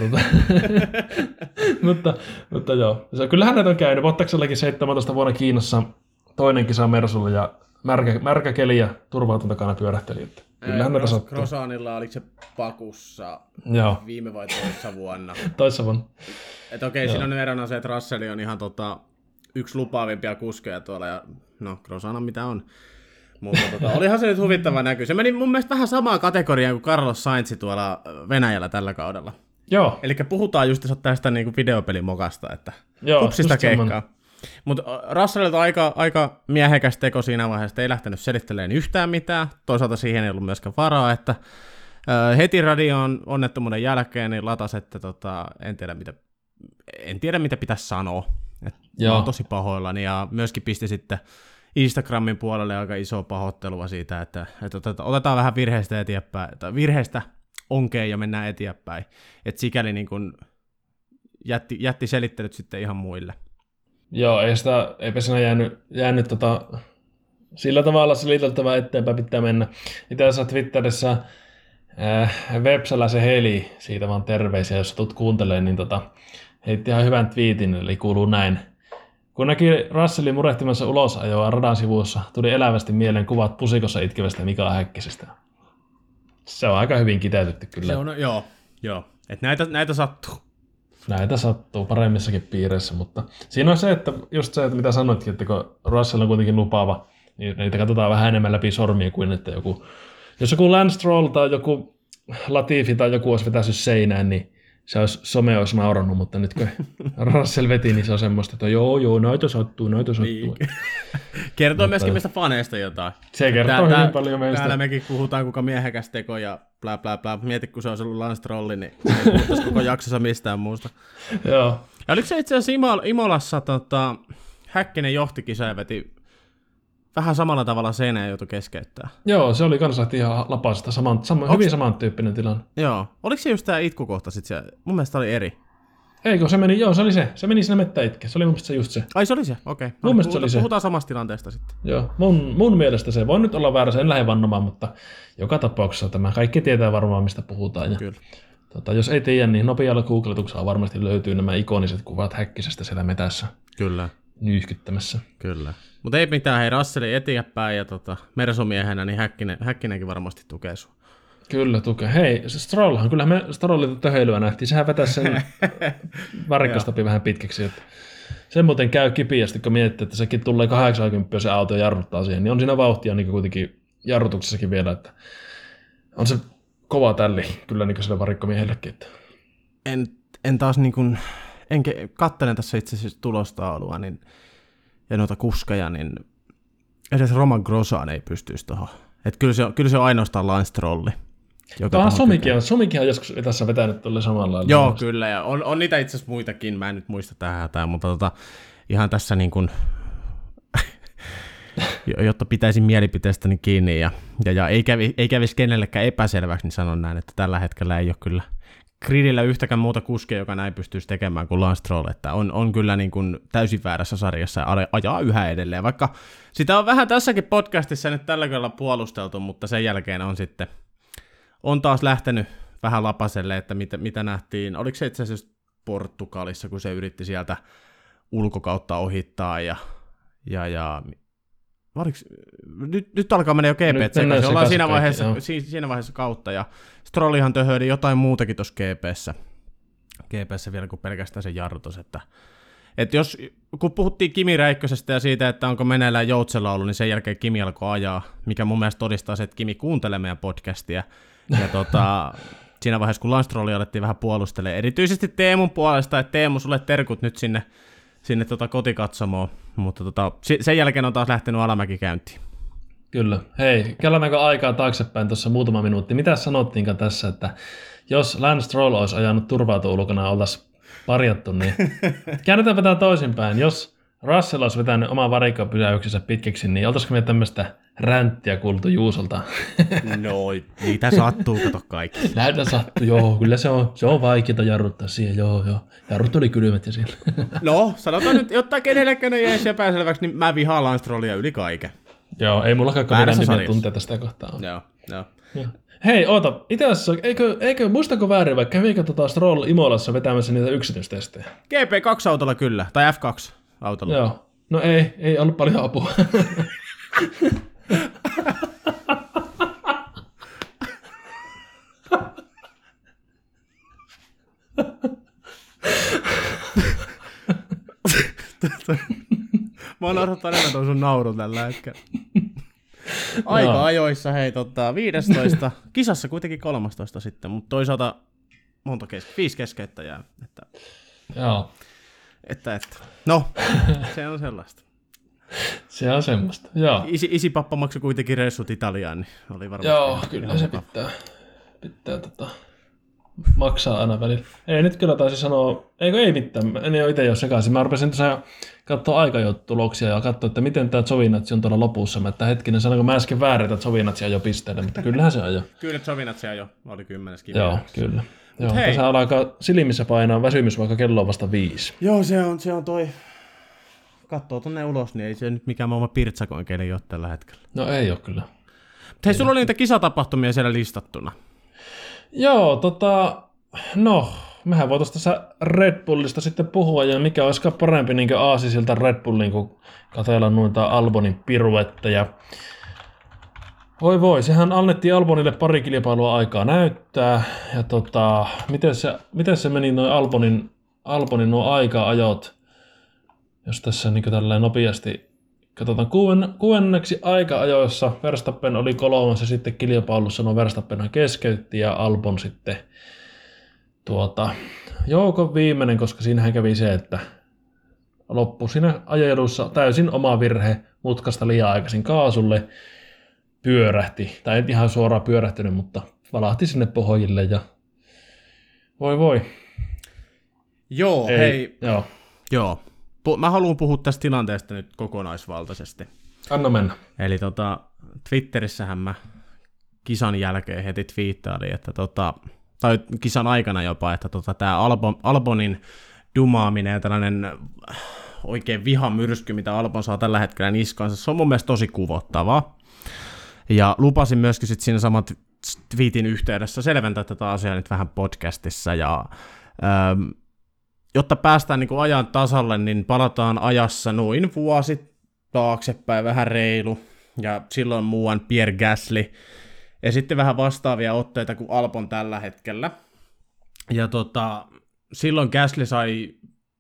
mutta joo. Kyllähän näitä on käynyt. Bottaksellakin 17 vuonna Kiinassa toinen kisa Mersulla ja märkä keli ja turva-auton takana pyörähteli. Kyllähän näitä sattuu. Crosanilla oliko se Bakussa viime vai toissa vuonna? Toissa vuonna. Että okei, siinä on erona se, että Russell on ihan yksi lupaavimpia kuskeja tuolla ja no Crosana mitä on. Mutta olihan se nyt huvittava näky. Se meni mun mielestä vähän samaan kategoriaan kuin Carlos Sainz tuolla Venäjällä tällä kaudella. Joo. Eli puhutaan just tästä niinku videopelimokasta, että hupsista keikkaa. Mutta Russellilta aika miehekäs teko siinä vaiheessa, että ei lähtenyt selittelemään yhtään mitään. Toisaalta siihen ei ollut myöskään varaa, että heti radion onnettomuuden jälkeen niin latasi, että en tiedä mitä pitäisi sanoa. Mä oon tosi pahoillani ja myöskin pisti sitten Instagramin puolelle aika isoa pahoittelua siitä, että otetaan vähän virheistä eteenpäin, tai virheistä onkeen ja mennään eteenpäin. Että sikäli niin kun jätti selittelyt sitten ihan muille. Joo, eipä siinä jäänyt sillä tavalla seliteltävää eteenpäin pitää mennä. Itse asiassa Twitterissä Vepsälä se Heli, siitä vaan terveisiä, jos tulet kuuntelemaan, niin heitti ihan hyvän twiitin, eli kuuluu näin. Kun näki Russellin murehtimassa ulosajoa radan sivussa, tuli elävästi mieleen kuvat pusikossa itkevästä Mika Häkkisestä. Se on aika hyvin kiteytetty kyllä. Se on, joo. Että näitä sattuu. Näitä sattuu paremmissakin piireissä, mutta siinä on se, että just se, että mitä sanoitkin, että kun Russell on kuitenkin lupaava, niin niitä katsotaan vähän enemmän läpi sormia kuin että jos joku Lance Stroll tai joku Latifi tai joku olisi vetäissyt seinään, niin some olisi naurannut, mutta nyt kun Russell veti, niin se on semmoista, että joo, noita sattuu. Niin. Kertoo myöskin meistä faneista jotain. Se kertoo hyvin paljon meistä. Täällä mekin puhutaan, kuka miehekäs teko ja bla bla bla. Mieti, kun se olisi ollut Lance Stroll, niin ei puhuttaisi koko jaksossa mistään muusta. Joo. Ja oliko se itse asiassa Imolassa Häkkinen johtikisa ja veti vähän samalla tavalla seinään ja joutui keskeyttää? Joo, se oli kans ihan lapasesta, hyvin samantyyppinen tilanne. Joo. Oliko se just tää itkukohta sit siellä? Mun mielestä oli eri. Eikö, se meni, joo, se oli se. Se meni sinne mettä itke. Se oli mun mielestä just se. Ai se oli se, okei. Mun mielestä se oli se. Puhutaan samasta tilanteesta sitten. Joo, mun mielestä se. Voi nyt olla väärässä, en lähde vannomaan, mutta joka tapauksessa tämä kaikki tietää varmaan, mistä puhutaan. Ja, kyllä. Jos ei tiedä, niin nopealla googletuksella varmasti löytyy nämä ikoniset kuvat Häkkisestä siellä metässä. Kyllä. Nyyhkyttämässä. Kyllä. Mutta ei mitään, hei Russellin eteenpäin ja Mersomiehenä, niin Häkkinenkin varmasti tukee sua. Kyllä tukee. Hei, se Strollhan, kyllä me Strollin töheilyä nähtiin. Sehän vetäisi sen varikkostapin vähän pitkäksi. Että se muuten käy kipiästi, kun miettii, että sekin tulee 80 se auto ja jarruttaa siihen. Niin on siinä vauhtia niin kuitenkin jarrutuksessakin vielä, että on se kova tälli kyllä niin sille varikkomiehellekin. Että. En taas niin kuin, katselen tässä itse asiassa tulostaulua niin, ja noita kuskeja, niin edes Roman Grosjean ei pystyisi tuohon. Että kyllä se on ainoastaan Lance Strolli. Somikin on joskus tässä vetänyt tuolle samalla lailla. Joo, kyllä, ja on niitä itse asiassa muitakin, mä en nyt muista tähän, mutta ihan tässä niin kuin, jotta pitäisin mielipiteestäni kiinni ja ei kävisi kenellekään epäselväksi, niin sanon näin, että tällä hetkellä ei ole kyllä gridillä yhtäkään muuta kuskia, joka näin pystyisi tekemään kuin Lance Stroll, että on kyllä niin kuin täysin väärässä sarjassa ja ajaa yhä edelleen, vaikka sitä on vähän tässäkin podcastissa nyt tällä kerralla puolusteltu, mutta sen jälkeen on taas lähtenyt vähän lapaselle, että mitä nähtiin, oliko se itse asiassa Portugalissa, kun se yritti sieltä ulkokautta ohittaa ja nyt alkaa mennä jo GP sekaisin, ollaan siinä vaiheessa kautta, ja Strollihan töhöili jotain muutakin tuossa GP:ssä vielä kuin pelkästään se jarrutus, että kun puhuttiin Kimi Räikkösestä ja siitä, että onko meneillään joutsella ollut, niin sen jälkeen Kimi alkoi ajaa, mikä mun mielestä todistaa se, että Kimi kuuntelee meidän podcastia, ja siinä vaiheessa, kun Lance Strollia alettiin vähän puolustelemaan, erityisesti Teemun puolesta, että Teemu, sulle terkut nyt sinne kotikatsomoon, mutta sen jälkeen on taas lähtenyt alamäki käyntiin. Kyllä. Hei, kellaanko aikaa taaksepäin tuossa muutama minuutti. Mitä sanottiinkaan tässä, että jos Lance Stroll olisi ajanut turvautu-ulkona ja oltaisiin parjattu, niin käännetäänpä tämä toisinpäin. Jos Russell olisi vetänyt oman varikkopysäyksensä pitkäksi, niin oltaisiko me tämmöistä ränttiä kuultu Juusolta? No, niitä sattuu, kato kaikki. Näitä sattuu, joo. Kyllä se on vaikeaa jarruttaa siihen, joo. Jarrut oli kylmät ja sillä. No, sanotaan nyt, jotta kenellekään ei jäisi epäselväksi, niin mä vihaan Lance Strollia yli kaiken. Joo, ei mullakaan kovin tunteita sitä kohtaa on. Joo. Hei, oota, itse asiassa, eikö muistako väärin, vaikka kävikö Stroll Imolassa vetämässä niitä yksityistestejä? GP2-autolla kyllä, tai F2-autolla. Joo, no ei ollut paljon apua. Mä oon odottanut enemmän tuon sun naurun tällä hetkellä. Aika ajoissa, hei, 15. Kisassa kuitenkin 13 sitten, mutta toisaalta 5 keskeyttäjää. Joo. No, se on sellaista. Se on semmoista, joo. Isipappa maksoi kuitenkin reissut Italiaan, niin oli varmasti. Joo, kyllä se pitää maksaa aina välillä. Ei, nyt kyllä taisi sanoa, ei mitään, en ole itse jo sekaisin. Mä rupesin tässä katsoa aikajotuloksia ja katsoa, että miten tämä Giovinazzi on tuolla lopussa. Mä, että hetkinen, sanoinko mä äsken väärin, että Giovinazzi ajoi pisteelle, mutta kyllähän se ajoi. Kyllä Giovinazzi ajoi, oli 10. Joo, kyllä. Joo, tässä alkaa silmissä painaa väsymys, vaikka kello on vasta 5. Joo, se on toi. Katsoo tonne ulos, niin ei se nyt mikään maailman pirtsakoinkeli ole tällä hetkellä. No ei ole kyllä. Mutta hei, sulla oli niitä kisatapahtumia siellä listattuna. Joo, mehän voitaisiin tässä Red Bullista sitten puhua, ja mikä olisikaan parempi niin aasisilta Red Bullin, kun katsella noita Albonin piruetteja. Voi, sehän annettiin Albonille pari kilpailua aikaa näyttää, ja miten se meni noin Albonin nuo aika-ajot, jos tässä niin tällä nopeasti katsotaan kuudenneksi aika-ajoissa Verstappen oli 3. ja sitten kilpailussa Verstappenhan keskeytti ja Albon sitten joukon viimeinen, koska siinähän kävi se, että loppui siinä ajelussa täysin oma virhe, mutkasta liian aikaisin kaasulle, pyörähti, tai ei ihan suoraan pyörähtynyt, mutta valahti sinne pohjille ja voi. Joo, hei. Joo. Mä haluan puhua tästä tilanteesta nyt kokonaisvaltaisesti. Anna mennä. Eli Twitterissähän mä kisan jälkeen heti twiittailin, että tai kisan aikana jopa, että tää Albonin dumaaminen ja tällainen oikein vihamyrsky, mitä Albon saa tällä hetkellä niskaansa, se on mun mielestä tosi kuvottavaa. Ja lupasin myöskin sit siinä saman tweetin yhteydessä selventää tätä asiaa nyt vähän podcastissa, ja jotta päästään niin kuin ajan tasalle, niin palataan ajassa noin vuosi taaksepäin, vähän reilu, ja silloin muuan Pierre Gasly esitti vähän vastaavia otteita kuin Albon tällä hetkellä. Ja silloin Gasly sai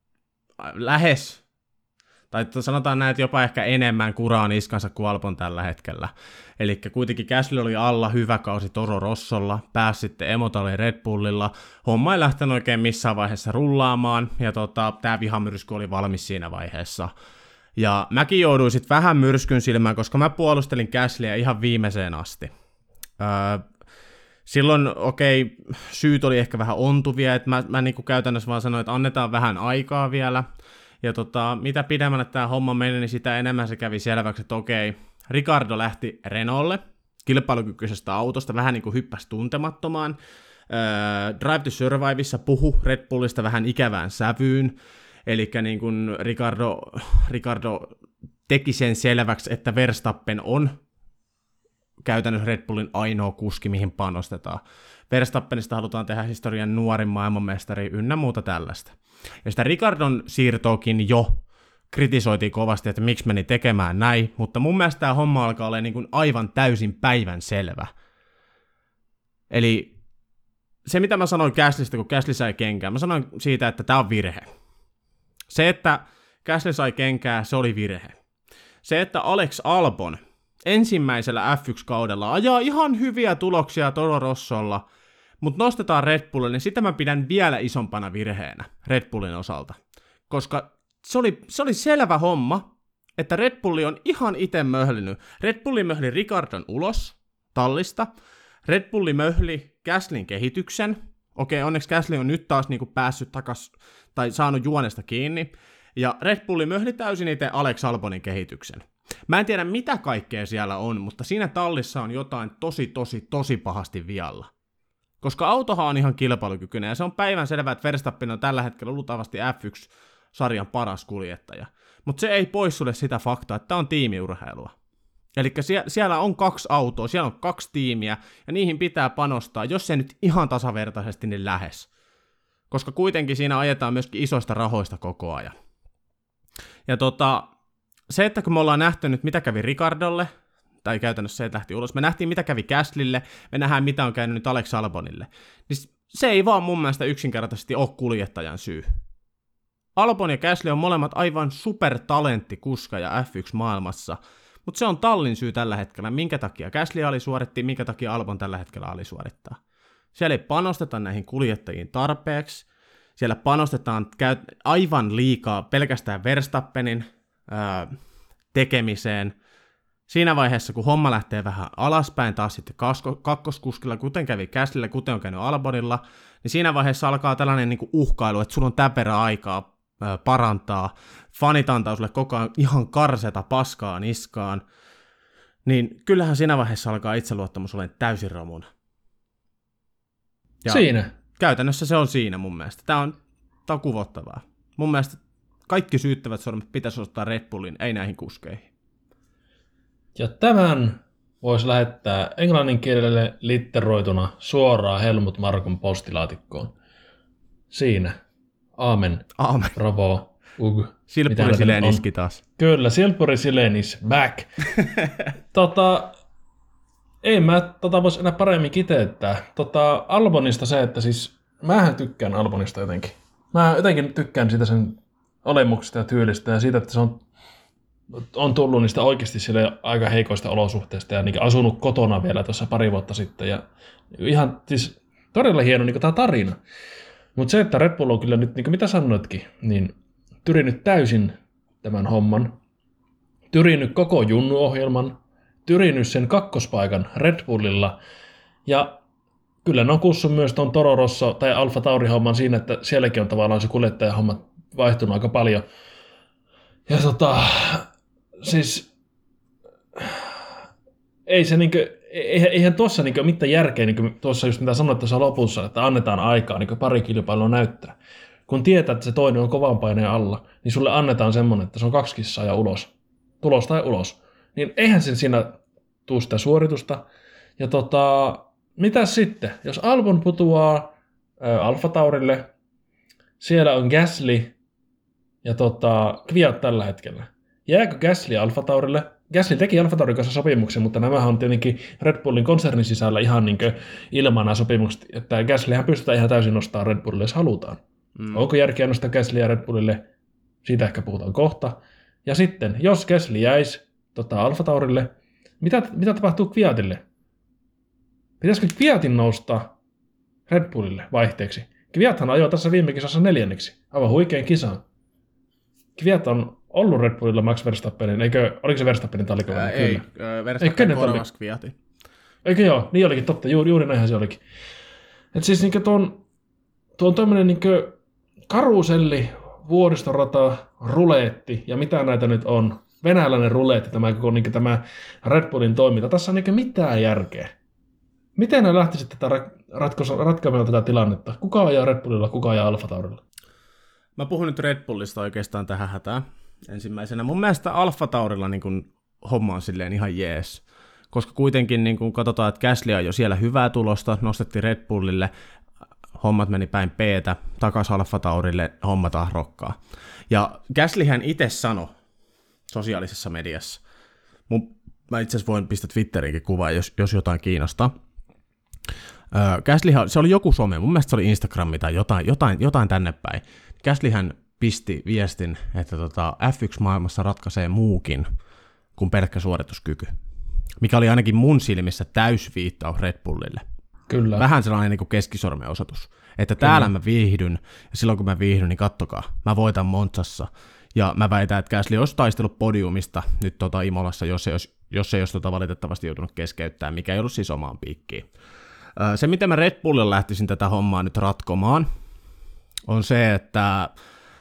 lähes, tai sanotaan näin, että jopa ehkä enemmän kuraa niskansa kuin Albon tällä hetkellä. Eli kuitenkin Gasly oli alla hyvä kausi Toro Rossolla, pääsi sitten Emotaliin Red Bullilla, homma ei lähtenyt oikein missään vaiheessa rullaamaan, ja tämä vihamyrsky oli valmis siinä vaiheessa. Ja mäkin jouduin sitten vähän myrskyn silmään, koska mä puolustelin Gaslyä ihan viimeiseen asti. Silloin, syyt oli ehkä vähän ontuvia, että mä niinku käytännössä vaan sanoin, että annetaan vähän aikaa vielä. Ja mitä pidemmälle tämä homma meni, niin sitä enemmän se kävi selväksi, että Ricardo lähti Renaultlle kilpailukykyisestä autosta, vähän niin kuin hyppäsi tuntemattomaan. Drive to Surviveissa puhui Red Bullista vähän ikävään sävyyn, eli niin kuin Ricardo teki sen selväksi, että Verstappen on käytännössä Red Bullin ainoa kuski, mihin panostetaan. Verstappenista halutaan tehdä historian nuorin maailmanmestari ynnä muuta tällaista. Ja sitä Ricardon siirtoakin jo kritisoitiin kovasti, että miksi meni tekemään näin, mutta mun mielestä tämä homma alkaa olla niin kuin aivan täysin päivän selvä. Eli se, mitä mä sanoin Gaslystä, kun Gasly sai kenkää, mä sanoin siitä, että tämä on virhe. Se, että Gasly sai kenkää, se oli virhe. Se, että Alex Albon ensimmäisellä F1-kaudella ajaa ihan hyviä tuloksia Toro Rossolla, mutta nostetaan Red Bullille, niin sitä mä pidän vielä isompana virheenä Red Bullin osalta. Koska se oli selvä homma, että Red Bulli on ihan itse möhlinyt. Red Bulli möhli Ricardon ulos tallista. Red Bulli möhli Gaslyn kehityksen. Onneksi Gasly on nyt taas niinku päässyt takas tai saanut juonesta kiinni. Ja Red Bulli möhli täysin itse Alex Albonin kehityksen. Mä en tiedä mitä kaikkea siellä on, mutta siinä tallissa on jotain tosi pahasti vialla. Koska autohan on ihan kilpailukykyinen ja se on päivän selvää, että Verstappen on tällä hetkellä luultavasti F1-sarjan paras kuljettaja. Mutta se ei poissulje sitä faktaa, että tämä on tiimiurheilua. Eli siellä on 2 autoa, siellä on 2 tiimiä ja niihin pitää panostaa, jos se nyt ihan tasavertaisesti niin lähes. Koska kuitenkin siinä ajetaan myöskin isoista rahoista koko ajan. Ja se, että kun me ollaan nähty nyt, mitä kävi Ricardolle, tai käytännössä se, että lähti ulos, me nähtiin, mitä kävi Gaslylle, me nähdään, mitä on käynyt nyt Alex Albonille, niin se ei vaan mun mielestä yksinkertaisesti ole kuljettajan syy. Albon ja Gasly on molemmat aivan supertalenttikuskaja F1-maailmassa, mutta se on tallin syy tällä hetkellä, minkä takia Gasly alisuoritti, minkä takia Albon tällä hetkellä alisuorittaa. Siellä ei panosteta näihin kuljettajiin tarpeeksi, siellä panostetaan aivan liikaa pelkästään Verstappenin tekemiseen. Siinä vaiheessa, kun homma lähtee vähän alaspäin taas sitten kakkoskuskilla, kuten kävi Gaslyllä, kuten on käynyt Albonilla, niin siinä vaiheessa alkaa tällainen niin kuin uhkailu, että sulla on tämän verran aikaa parantaa, fanit antaa sulle koko ajan ihan karseta paskaa niskaan, niin kyllähän siinä vaiheessa alkaa itseluottamus olemaan täysin romuna. Ja siinä. Käytännössä se on siinä mun mielestä. Tämä on kuvottavaa. Mun mielestä kaikki syyttävät sormet pitäisi ottaa Red Bullin, ei näihin kuskeihin. Ja tämän voisi lähettää englannin kielelle litteroituna suoraan Helmut Markon postilaatikkoon. Siinä. Aamen. Aamen. Bravo. Silppuri Sileniski taas. Kyllä, Silppuri Silenis back. Ei mä voisi enää paremmin kiteyttää. Albonista se, että siis mähän tykkään Albonista jotenkin. Mä jotenkin tykkään siitä sen olemuksesta ja tyylistä ja siitä, että se on tullut niistä oikeasti sille aika heikoista olosuhteista ja niin asunut kotona vielä tuossa pari vuotta sitten. Ja ihan siis todella hieno niin tämä tarina. Mutta se, että Red Bull on kyllä nyt, niin kuin mitä sanoitkin, niin tyrinyt täysin tämän homman, tyrinyt koko junnuohjelman, tyrinyt sen kakkospaikan Red Bullilla, ja kyllä ne on kussun myös tuon Toro Rosso tai Alfa Tauri-homman siinä, että sielläkin on tavallaan se kuljettajahomma vaihtunut aika paljon. Ja siis ei se eihän tuossa mitään järkeä, tuossa just mitä sanoit tuossa lopussa, että annetaan aikaa pari kilpailua näyttää. Kun tietää, että se toinen on kovan paineen alla, niin sulle annetaan semmoinen, että se on 2 kissaa ja ulos. Tulos tai ulos. Niin eihän sen siinä tuu sitä suoritusta. Ja mitäs sitten? Jos Albon putoaa Alfa Taurille, siellä on Gasly ja Kvyat tällä hetkellä. Jääkö Gasly Alfa Taurille? Gasly teki Alfa Taurin kanssa sopimuksen, mutta nämähän on tietenkin Red Bullin konsernin sisällä ihan ilman nämä sopimukset, että Gaslyhän pystytään ihan täysin nostamaan Red Bullille, jos halutaan. Onko järkeä nostaa Gaslyä Red Bullille? Siitä ehkä puhutaan kohta. Ja sitten, jos Gasly jäisi Alfa Taurille, mitä tapahtuu Kvyatille? Pitäisikö Kviatin nousta Red Bullille vaihteeksi? Kvyathan ajoi tässä viime kisassa 4. Aivan huikein kisa. Kvyat on ollut Red Bullilla Max Verstappenin, oliko se Verstappenin talikolla? Ei, Verstappen korvasi Kviatin. Eikö joo, niin olikin totta, juuri näinhän se olikin. Et siis tuo on tämmöinen karuselli, vuoristorata, ruleetti ja mitä näitä nyt on. Venäläinen ruleetti, tämä Red Bullin toiminta. Tässä on mitään järkeä. Miten ne lähtisit ratkaisemaan tätä tilannetta? Kuka ajaa Red Bullilla, kuka ajaa Alfa Taurilla? Mä puhun nyt Red Bullista oikeastaan tähän hätään ensimmäisenä. Mun mielestä Alfa Taurilla homma on silleen ihan jees. Koska kuitenkin katsotaan, että Gasly on jo siellä hyvää tulosta, nostettiin Red Bullille, hommat meni päin P:tä, takaisin Alfa Taurille, homma taas rokkaa. Ja Gaslyhän itse sanoi sosiaalisessa mediassa, mä itse asiassa voin pistää Twitteriinkin kuvaa, jos jotain kiinnostaa. Gaslyhan, se oli joku some, mun mielestä se oli Instagram tai jotain tänne päin. Gaslyhän pisti viestin, että F1-maailmassa ratkaisee muukin kuin pelkkä suorituskyky. Mikä oli ainakin mun silmissä täysviittaus Red Bullille. Kyllä. Vähän sellainen keskisormen osoitus. Että täällä mä viihdyn, ja silloin kun mä viihdyn, niin kattokaa, mä voitan Monzassa. Ja mä väitän, että Gasly olisi taistellut podiumista nyt Imolassa, jos ei olisi valitettavasti joutunut keskeyttämään, mikä ei ollut siis omaan piikkiin. Se, miten mä Red Bullilla lähtisin tätä hommaa nyt ratkomaan, on se, että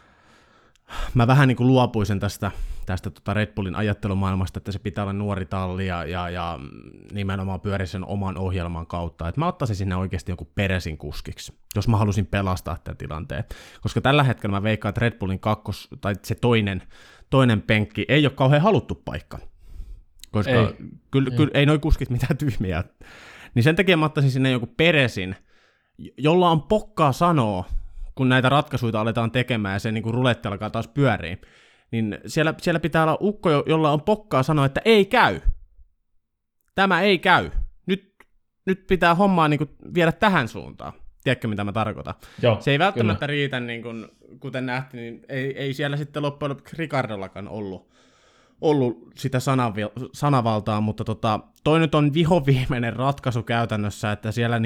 mä vähän luopuisin tästä Red Bullin ajattelumaailmasta, että se pitää olla nuori talli ja nimenomaan pyöri sen oman ohjelman kautta. Että mä ottaisin sinne oikeasti jonkun Peresin kuskiksi, jos mä halusin pelastaa tämän tilanteen. Koska tällä hetkellä mä veikkaan, että Red Bullin tai se toinen penkki ei ole kauhean haluttu paikka. Koska kyllä ei noi kuskit mitään tyhmiä. Niin sen takia mä ottaisin sinne jonkun Peresin, jolla on pokkaa sanoa, kun näitä ratkaisuja aletaan tekemään ja se ruletti alkaa taas pyöriä. Niin siellä pitää olla ukko, jolla on pokkaa sanoa, että ei käy. Tämä ei käy. Nyt pitää hommaa viedä tähän suuntaan. Tiedätkö, mitä mä tarkoitan? Joo, se ei välttämättä riitä, kuten nähtiin, niin ei siellä sitten loppujen lopuksi Ricardollakaan ollut sitä sanavaltaa, mutta toi nyt on vihoviimeinen ratkaisu käytännössä, että siellä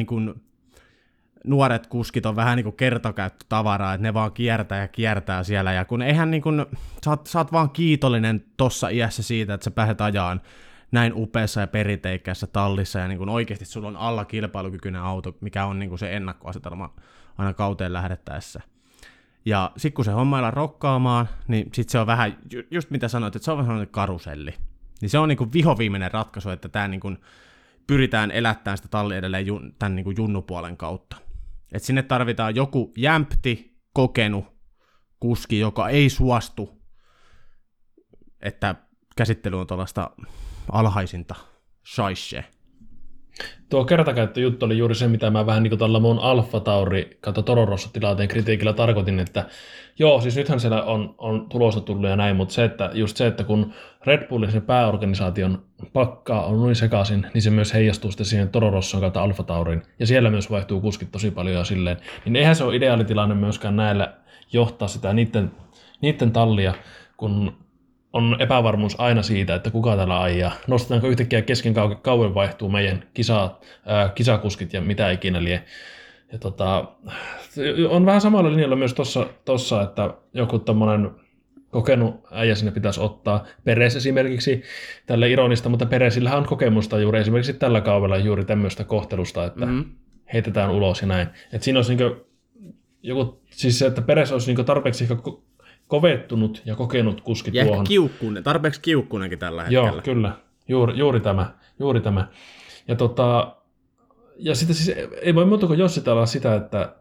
nuoret kuskit on vähän kertakäyttötavaraa, että ne vaan kiertää siellä, ja kun eihän sä oot vaan kiitollinen tossa iässä siitä, että sä pääset ajaan näin upeassa ja perinteikkäässä tallissa, ja oikeasti sulla on alla kilpailukykyinen auto, mikä on se ennakkoasetelma aina kauteen lähdettäessä. Ja sit kun se homma ei rokkaamaan, niin sit se on vähän, just mitä sanoit, että se on vähän sellainen karuselli. Niin se on vihoviimeinen ratkaisu, että tää pyritään elättämään sitä tallia edelleen tämän junnupuolen kautta. Et sinne tarvitaan joku jämpti, kokenut kuski, joka ei suostu, että käsittely on tuollaista alhaisinta shaishe. Tuo kertakäyttöjuttu oli juuri se, mitä mä vähän tällä mun Alfa Tauri Toro Rosso -tilanteen kritiikillä tarkoitin, että joo, siis nythän siellä on tulosta tullut ja näin, mutta se, että kun Red Bullin se pääorganisaation pakkaa on noin sekaisin, niin se myös heijastuu sitten siihen Toro Rosson kautta Alfa Tauriin, ja siellä myös vaihtuu kuskit tosi paljon ja silleen, niin eihän se ole ideaalitilanne myöskään näillä johtaa sitä niiden tallia, kun on epävarmuus aina siitä, että kuka täällä ajaa. Nostetaanko yhtäkkiä kesken kauden vaihtuu meidän kisakuskit ja mitä ikinä lie. Ja on vähän samalla linjalla myös tossa että joku tommonen kokenut äijä sinne pitäisi ottaa. Perez esimerkiksi, tälle ironista, mutta Perezillähän on kokemusta juuri esimerkiksi tällä kaudella juuri tämmöistä kohtelusta, että heitetään ulos ja näin. Että siinä olisi niinku joku, siis se, että Perez olisi niinku tarpeeksi ehkä kovettunut ja kokenut kuski ja tuohon. Ja tarpeeksi kiukkunenkin tällä hetkellä. Joo, kyllä. Juuri tämä. Ja sitten siis ei voi muuta kuin jossitella sitä, että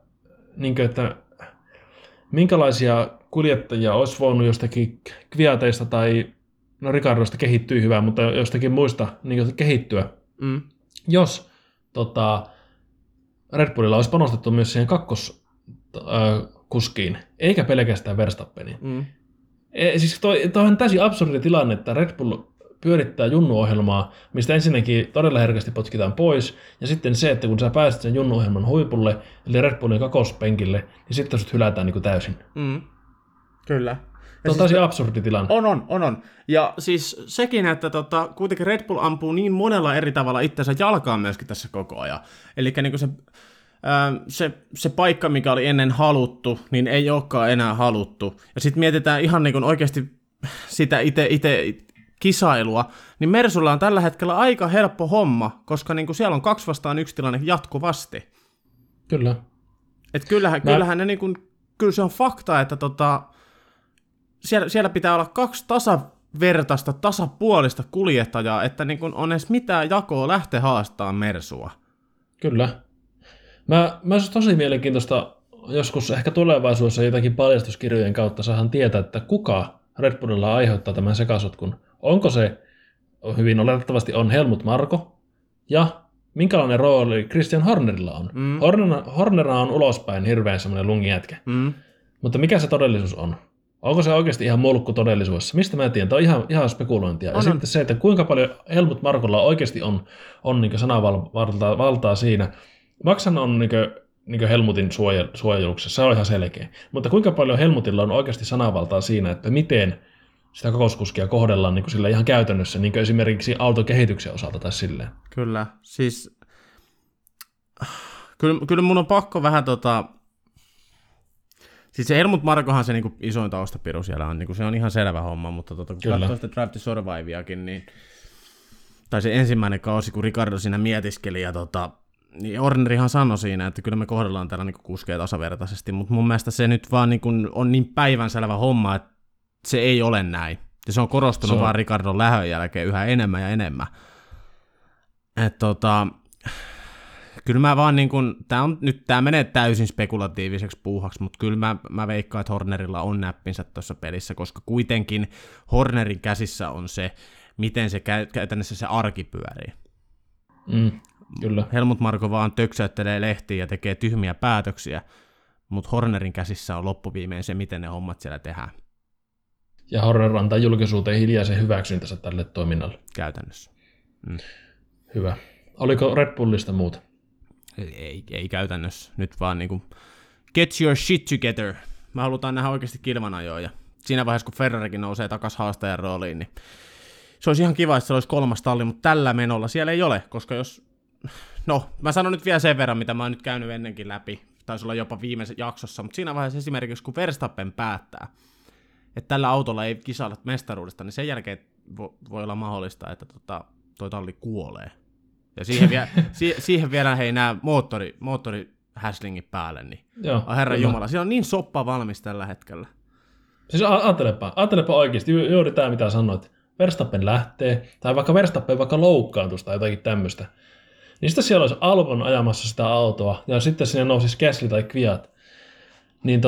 minkälaisia kuljettajia olisi voinut jostakin Kviateista tai Ricardosta kehittyä hyvää, mutta jostakin muista niin kehittyä. Jos Red Bullilla olisi panostettu myös siihen kakkoskuskiin, eikä pelkästään Verstappeniin. Siis toi on täysin absurdi tilanne, että Red Bull pyörittää junnuohjelmaa, mistä ensinnäkin todella herkästi potkitaan pois, ja sitten se, että kun sä pääset sen junnuohjelman huipulle, eli Red Bullin kakospenkille, niin sitten sut hylätään niin kuin täysin. Kyllä. Se on täysin absurdi tilanne. On. Ja siis sekin, että kuitenkin Red Bull ampuu niin monella eri tavalla itsensä jalkaan myöskin tässä koko ajan. Eli niin se paikka, mikä oli ennen haluttu, niin ei olekaan enää haluttu. Ja sitten mietitään ihan niin kuin oikeasti sitä itse kisailua, niin Mersulla on tällä hetkellä aika helppo homma, koska niin kuin siellä on 2-1 tilanne jatkuvasti. Kyllä. Et kyllähän ne niin kuin, kyllä se on fakta, että siellä pitää olla 2 tasavertaista, tasapuolista kuljettajaa, että niin kuin on edes mitään jakoa lähteä haastamaan Mersua. Kyllä. Mä olisi tosi mielenkiintoista joskus ehkä tulevaisuudessa jotakin paljastuskirjojen kautta saadaan tietää, että kuka Red Bullilla aiheuttaa tämän sekasotkun. Onko se, hyvin oletettavasti on Helmut Marko, ja minkälainen rooli Christian Hornerilla on? Horner on ulospäin hirveän semmoinen lungijätkä. Mutta mikä se todellisuus on? Onko se oikeasti ihan mulkku todellisuudessa? Mistä mä tiedän? Tämä on ihan spekulointia. Ja sitten se, että kuinka paljon Helmut Markolla oikeasti on niin sananvaltaa siinä. Maxhan on niin Helmutin suojeluksessa, se on ihan selkeä. Mutta kuinka paljon Helmutilla on oikeasti sananvaltaa siinä, että miten sitä kakoskuskia kohdellaan niin sillä ihan käytännössä, niin kuin esimerkiksi autokehityksen osalta tai silleen. Kyllä, siis kyllä mun on pakko vähän siis se Helmut Markohan se niinku isoin taustapiru siellä on, niinku se on ihan selvä homma, mutta kun katsoo sitä Drive to Surviveakin, niin tai se ensimmäinen kausi, kun Ricardo siinä mietiskeli, ja niin Hornerihan sanoi siinä, että kyllä me kohdellaan täällä niinku kuskeja tasavertaisesti, mutta mun mielestä se nyt vaan niinku on niin päivänselvä homma, että se ei ole näin. Ja se on korostunut vaan Ricardon lähön jälkeen yhä enemmän ja enemmän. Että kyllä mä vaan niinku, tää menee täysin spekulatiiviseksi puuhaksi, mutta kyllä mä veikkaan, että Hornerilla on näppinsä tuossa pelissä, koska kuitenkin Hornerin käsissä on se, miten se käytännössä se arki pyörii. Kyllä. Helmut Marko vaan töksäyttelee lehtiä ja tekee tyhmiä päätöksiä, mutta Hornerin käsissä on loppuviimein se, miten ne hommat siellä tehdään. Ja Horner antaa julkisuuteen hiljaisen hyväksyntänsä tälle toiminnalle. Käytännössä. Hyvä. Oliko Red Bullista muuta? Ei käytännössä. Nyt vaan niinku get your shit together. Me halutaan nähdä oikeasti kilvanajoja. Ja siinä vaiheessa, kun Ferrarikin nousee takaisin haastajan rooliin, niin se olisi ihan kiva, että se olisi 3. talli, mutta tällä menolla siellä ei ole, koska jos... No, mä sanon nyt vielä sen verran, mitä mä oon nyt käynyt ennenkin läpi. Taisi olla jopa viimeisessä jaksossa, mutta siinä vaiheessa esimerkiksi, kun Verstappen päättää, että tällä autolla ei kisailla mestaruudesta, niin sen jälkeen voi olla mahdollista, että toi talli kuolee. Ja siihen vielä hei nämä moottorihäslingit päälle, niin herran jumala, siinä on niin soppa valmis tällä hetkellä. Siis ajattelepa oikeasti, juuri tämä mitä sanoit. Verstappen lähtee, tai vaikka Verstappen loukkaantuisi tai jotakin tämmöistä, niin sitten siellä olisi Albon ajamassa sitä autoa, ja sitten sinne nousisi Gasly tai Kvyat. Niin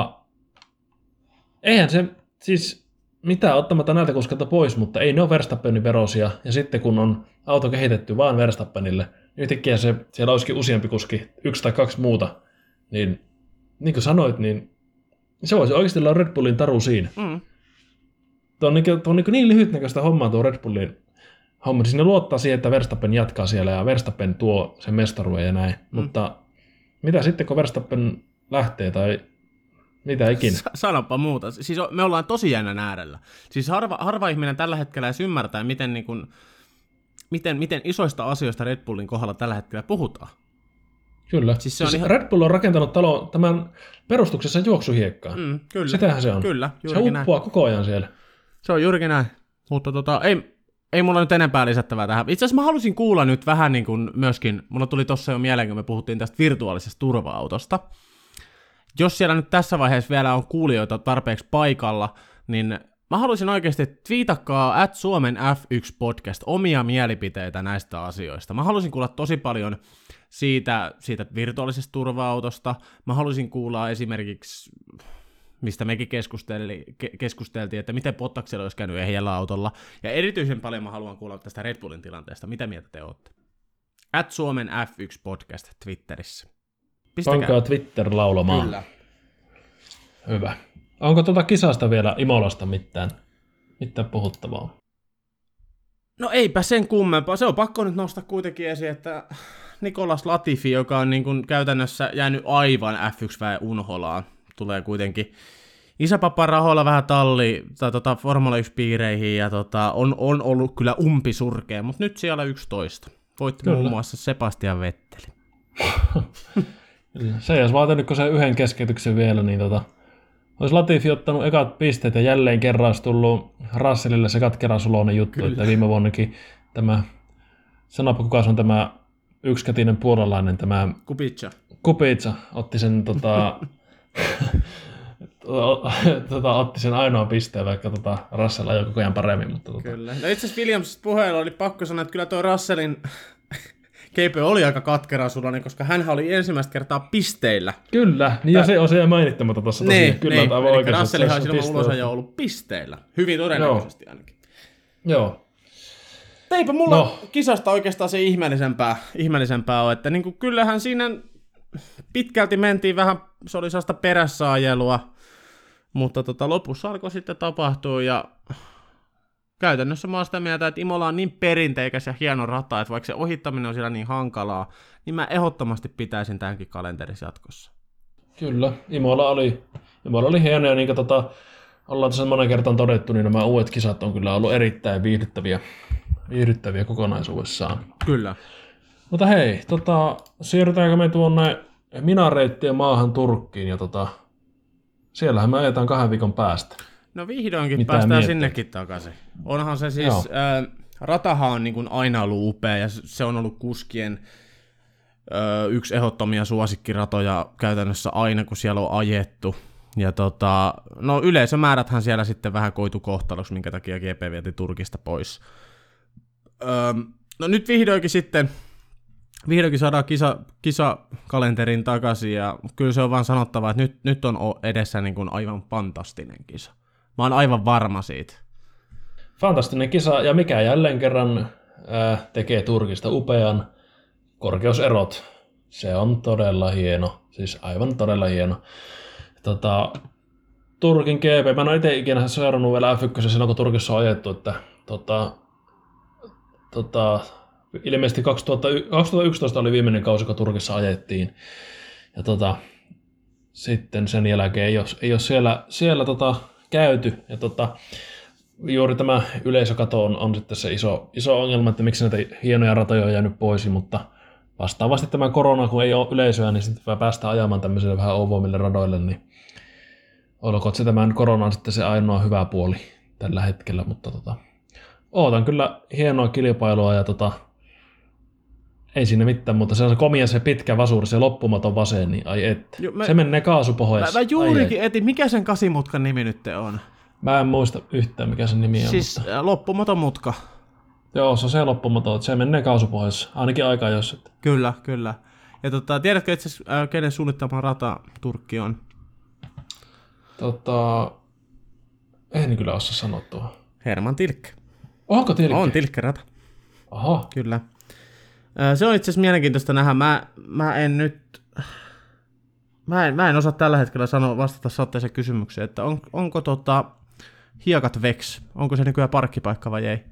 eihän se, siis mitään ottamatta näiltä kuskelta pois, mutta ei ne ole Verstappenin verosia, ja sitten kun on auto kehitetty vaan Verstappenille, niin yhtäkkiä siellä olisikin useampi kuski, 1 tai 2 muuta, niin kuin sanoit, niin se voisi oikeasti olla Red Bullin taru siinä. Tuo on niin lyhytnäköistä hommaa tuo Red Bullin homma. Siis ne luottaa siihen, että Verstappen jatkaa siellä ja Verstappen tuo sen mestaruuden ja näin. Mutta mitä sitten, kun Verstappen lähtee tai mitä ikinä? Sanopa muuta. Siis me ollaan tosi jännän äärellä. Siis harva ihminen tällä hetkellä edes ymmärtää, miten isoista asioista Red Bullin kohdalla tällä hetkellä puhutaan. Kyllä. Siis se on ihan... Red Bull on rakentanut talon tämän perustuksessa juoksuhiekkaan. Kyllä. Sitähän se on. Kyllä, se uppoaa koko ajan siellä. Se on juurikin näin. Mutta ei mulla nyt enempää lisättävää tähän. Itse asiassa mä halusin kuulla nyt vähän niin kuin myöskin, mulla tuli tossa jo mieleen, kun me puhuttiin tästä virtuaalisesta turva-autosta. Jos siellä nyt tässä vaiheessa vielä on kuulijoita tarpeeksi paikalla, niin mä haluaisin oikeasti twiitakkaa @Suomen F1 podcast omia mielipiteitä näistä asioista. Mä haluaisin kuulla tosi paljon siitä virtuaalisesta turva-autosta. Mä haluaisin kuulla esimerkiksi, mistä mekin keskusteltiin, että miten Bottaksella olisi käynyt ehjällä autolla. Ja erityisen paljon mä haluan kuulla tästä Red Bullin tilanteesta. Mitä mieltä te olette? @Suomen F1 podcast Twitterissä. Pankaa Twitter laulamaan. Kyllä. Hyvä. Onko kisasta vielä Imolasta mitään puhuttavaa? No eipä sen kummempaa. Se on pakko nyt nostaa kuitenkin esiin, että Nicolas Latifi, joka on niin kuin käytännössä jäänyt aivan F1-väen unholaan, tulee kuitenkin isäpapan rahoilla vähän Formula 1-piireihin ja on ollut kyllä umpisurkea, mutta nyt siellä 11. Voitti muun muassa Sebastian Vetteli. Se jos vaatinutko se yhden keskeytyksen vielä, niin olisi Latifi ottanut ekat pisteet ja jälleen kerran olisi tullut Russellille se katkerasuloinen juttu, kyllä. Että viime vuonnakin tämä, sanoppa kuka se on tämä yksikätinen puolalainen, tämä Kubica otti sen otti sen ainoan pisteen, vaikka Russell ajoi koko ajan paremmin. Mutta Kyllä. No itse asiassa Williamsista puheella oli pakko sanoa, että kyllä tuo Russellin GP oli aika katkerasuloinen, koska hän oli ensimmäistä kertaa pisteillä. Kyllä, niin ja se on se mainittamatta tuossa tosiaan. Kyllä, eli Russellihan olisi ilman ulos jo ollut pisteillä. Hyvin todennäköisesti ainakin. Joo. Eipä mulla kisasta oikeastaan se ihmeellisempää ole, että niin kyllähän siinä pitkälti mentiin vähän, se oli sellaista perässaajelua, mutta lopussa alkoi sitten tapahtua ja käytännössä mä oon sitä mieltä, että Imola on niin perinteikäs ja hieno rata, että vaikka se ohittaminen on siellä niin hankalaa, niin mä ehdottomasti pitäisin tämänkin kalenterissa jatkossa. Kyllä, Imola oli hieno ja niin kuin ollaan tässä monen kertaan todettu, niin nämä uudet kisat on kyllä ollut erittäin viihdyttäviä kokonaisuudessaan. Kyllä. Mutta hei, siirrytäänkö me tuonne Minareittien maahan Turkkiin ja siellähän me ajetaan 2 viikon päästä. No vihdoinkin päästään sinnekin takaisin. Onhan se siis, ratahan on niin kuin aina ollut upea ja se on ollut kuskien yksi ehdottomia suosikkiratoja käytännössä aina, kun siellä on ajettu. Ja no yleisömääräthän siellä sitten vähän koitu kohtaloksi, minkä takia GP vieti Turkista pois. No nyt vihdoinkin saadaan kisakalenterin takaisin ja kyllä se on vaan sanottava, että nyt on edessä niin kuin aivan fantastinen kisa. Mä oon aivan varma siitä. Fantastinen kisa ja mikä jälleen kerran tekee Turkista upean, korkeuserot. Se on todella hieno, siis aivan todella hieno. Turkin GP, mä en ole itse ikinä seurannut vielä F1 silloin, kun Turkissa on ajettu, että ilmeisesti 2011 oli viimeinen kausi, kun Turkissa ajettiin. Ja sitten sen jälkeen ei ole siellä käyty. Ja juuri tämä yleisökato on sitten se iso ongelma, että miksi näitä hienoja ratoja on jäänyt pois, mutta vastaavasti tämä korona, kun ei ole yleisöä, niin sitten päästään ajamaan tämmöisille vähän ovoimille radoille, niin olkoon se tämän koronan sitten se ainoa hyvä puoli tällä hetkellä, mutta ootan kyllä hienoa kilpailua ja ei siinä mitään, mutta se on se komia se pitkä vasuri, se loppumaton vasen, niin ai et. Se menee kaasupohjassa. Mä juurikin etin, mikä sen kasimutkan nimi nyt on? Mä en muista yhtään, mikä sen nimi on. Siis mutta loppumaton mutka. Joo, se on se loppumaton, että se menee kaasupohjassa, ainakin aikaa jos. Kyllä. Ja tiedätkö itse asiassa, kenen suunnittama rata Turkki on? En kyllä osaa sanoa tuohon. Herman Tilke. Onko Tilke? On Tilke-rata. Aha. Kyllä. Se on itse asiassa mielenkiintoista nähdä. Mä en osaa tällä hetkellä vastata saatteeseen kysymykseen, että onko hiekat Vex, onko se nykyään parkkipaikka vai ei?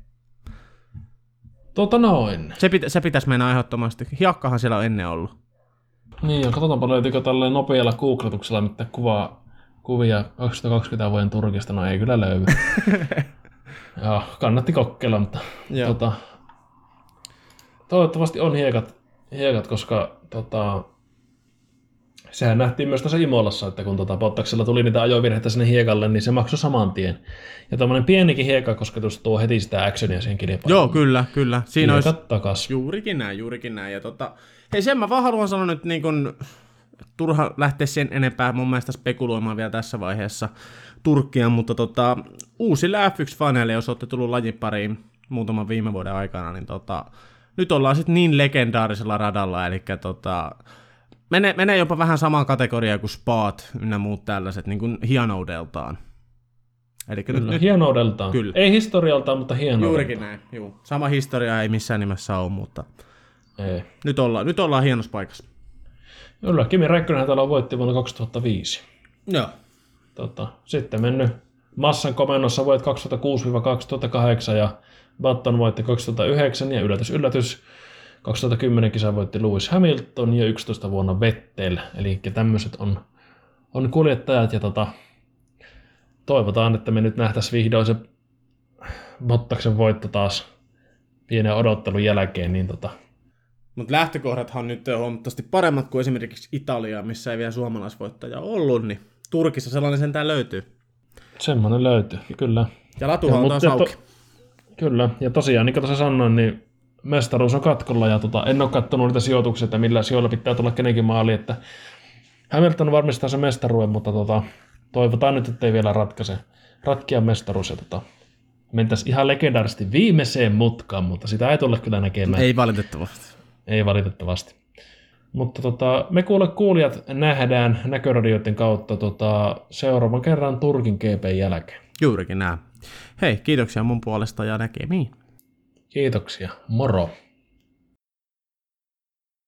Noin. Se pitäisi mennä ehdottomasti. Hiekkahan siellä on ennen ollut. Niin, ja katsotaanpa löytyykö tälleen nopealla googletuksella mitään kuvia 2020 vuoden Turkista. No ei kyllä löydy. Joo, kannatti kokeilla, mutta toivottavasti on hiekat koska sehän nähtiin myös tässä Imolassa, että kun Bottaksella tuli niitä ajovirheitä sinne hiekalle, niin se maksoi saman tien. Ja tämmöinen pienikin hiekkakosketus tuo heti sitä actionia siihen kilpailuun. Joo, kyllä. Siinä Hiekat olisi takas. juurikin näin. Ja hei, sen mä vaan haluan sanoa nyt niin kun, turha lähteä sen enempää mun mielestä spekuloimaan vielä tässä vaiheessa Turkkia, mutta uusille F1-faneille, jos olette tullut lajin pariin muutaman viime vuoden aikana, niin nyt ollaan sitten niin legendaarisella radalla, eli menee jopa vähän samaan kategoriaan kuin Spaat ynnä muut tällaiset, niin kuin hienoudeltaan. Eli Kyllä, hienoudeltaan. Kyllä. Ei historialtaan, mutta hienoudeltaan. Juurikin näin, juu. Sama historia ei missään nimessä ole, mutta ei. Nyt ollaan hienossa paikassa. Kyllä, Kimi Räikkönenhän täällä voitti vuonna 2005. Joo. Sitten mennyt massan komennossa voit 2006-2008 ja Button voitti 2009 ja yllätys 2010 kisa voitti Lewis Hamilton ja 11 vuonna Vettel. Eli tämmöiset on kuljettajat ja toivotaan, että me nyt nähtäisiin vihdoin se Bottaksen voitto taas pienen odottelun jälkeen. Niin Mutta lähtökohdathan nyt on huomattavasti paremmat kuin esimerkiksi Italia, missä ei vielä suomalaisvoittajaa ollut, niin Turkissa sellainen sentään löytyy. Semmoinen löytyy, kyllä. Ja latuhan on taas auki. Kyllä, ja tosiaan, niin kuin tuossa sanoin, niin mestaruus on katkolla, ja en ole katsonut niitä sijoituksia, että millä sijoilla pitää tulla kenenkin maali, että Hamilton varmistaa se mestaruuden, mutta toivotaan nyt, ettei vielä ratkia mestaruus, ja mentäisiin ihan legendaarisesti viimeiseen mutkaan, mutta sitä ei tulla kyllä näkemään. Ei valitettavasti. Mutta me kuulijat nähdään näköradioiden kautta seuraavan kerran Turkin GP:n jälkeen. Juurikin näin. Hei, kiitoksia mun puolesta ja näkemiin. Kiitoksia. Moro.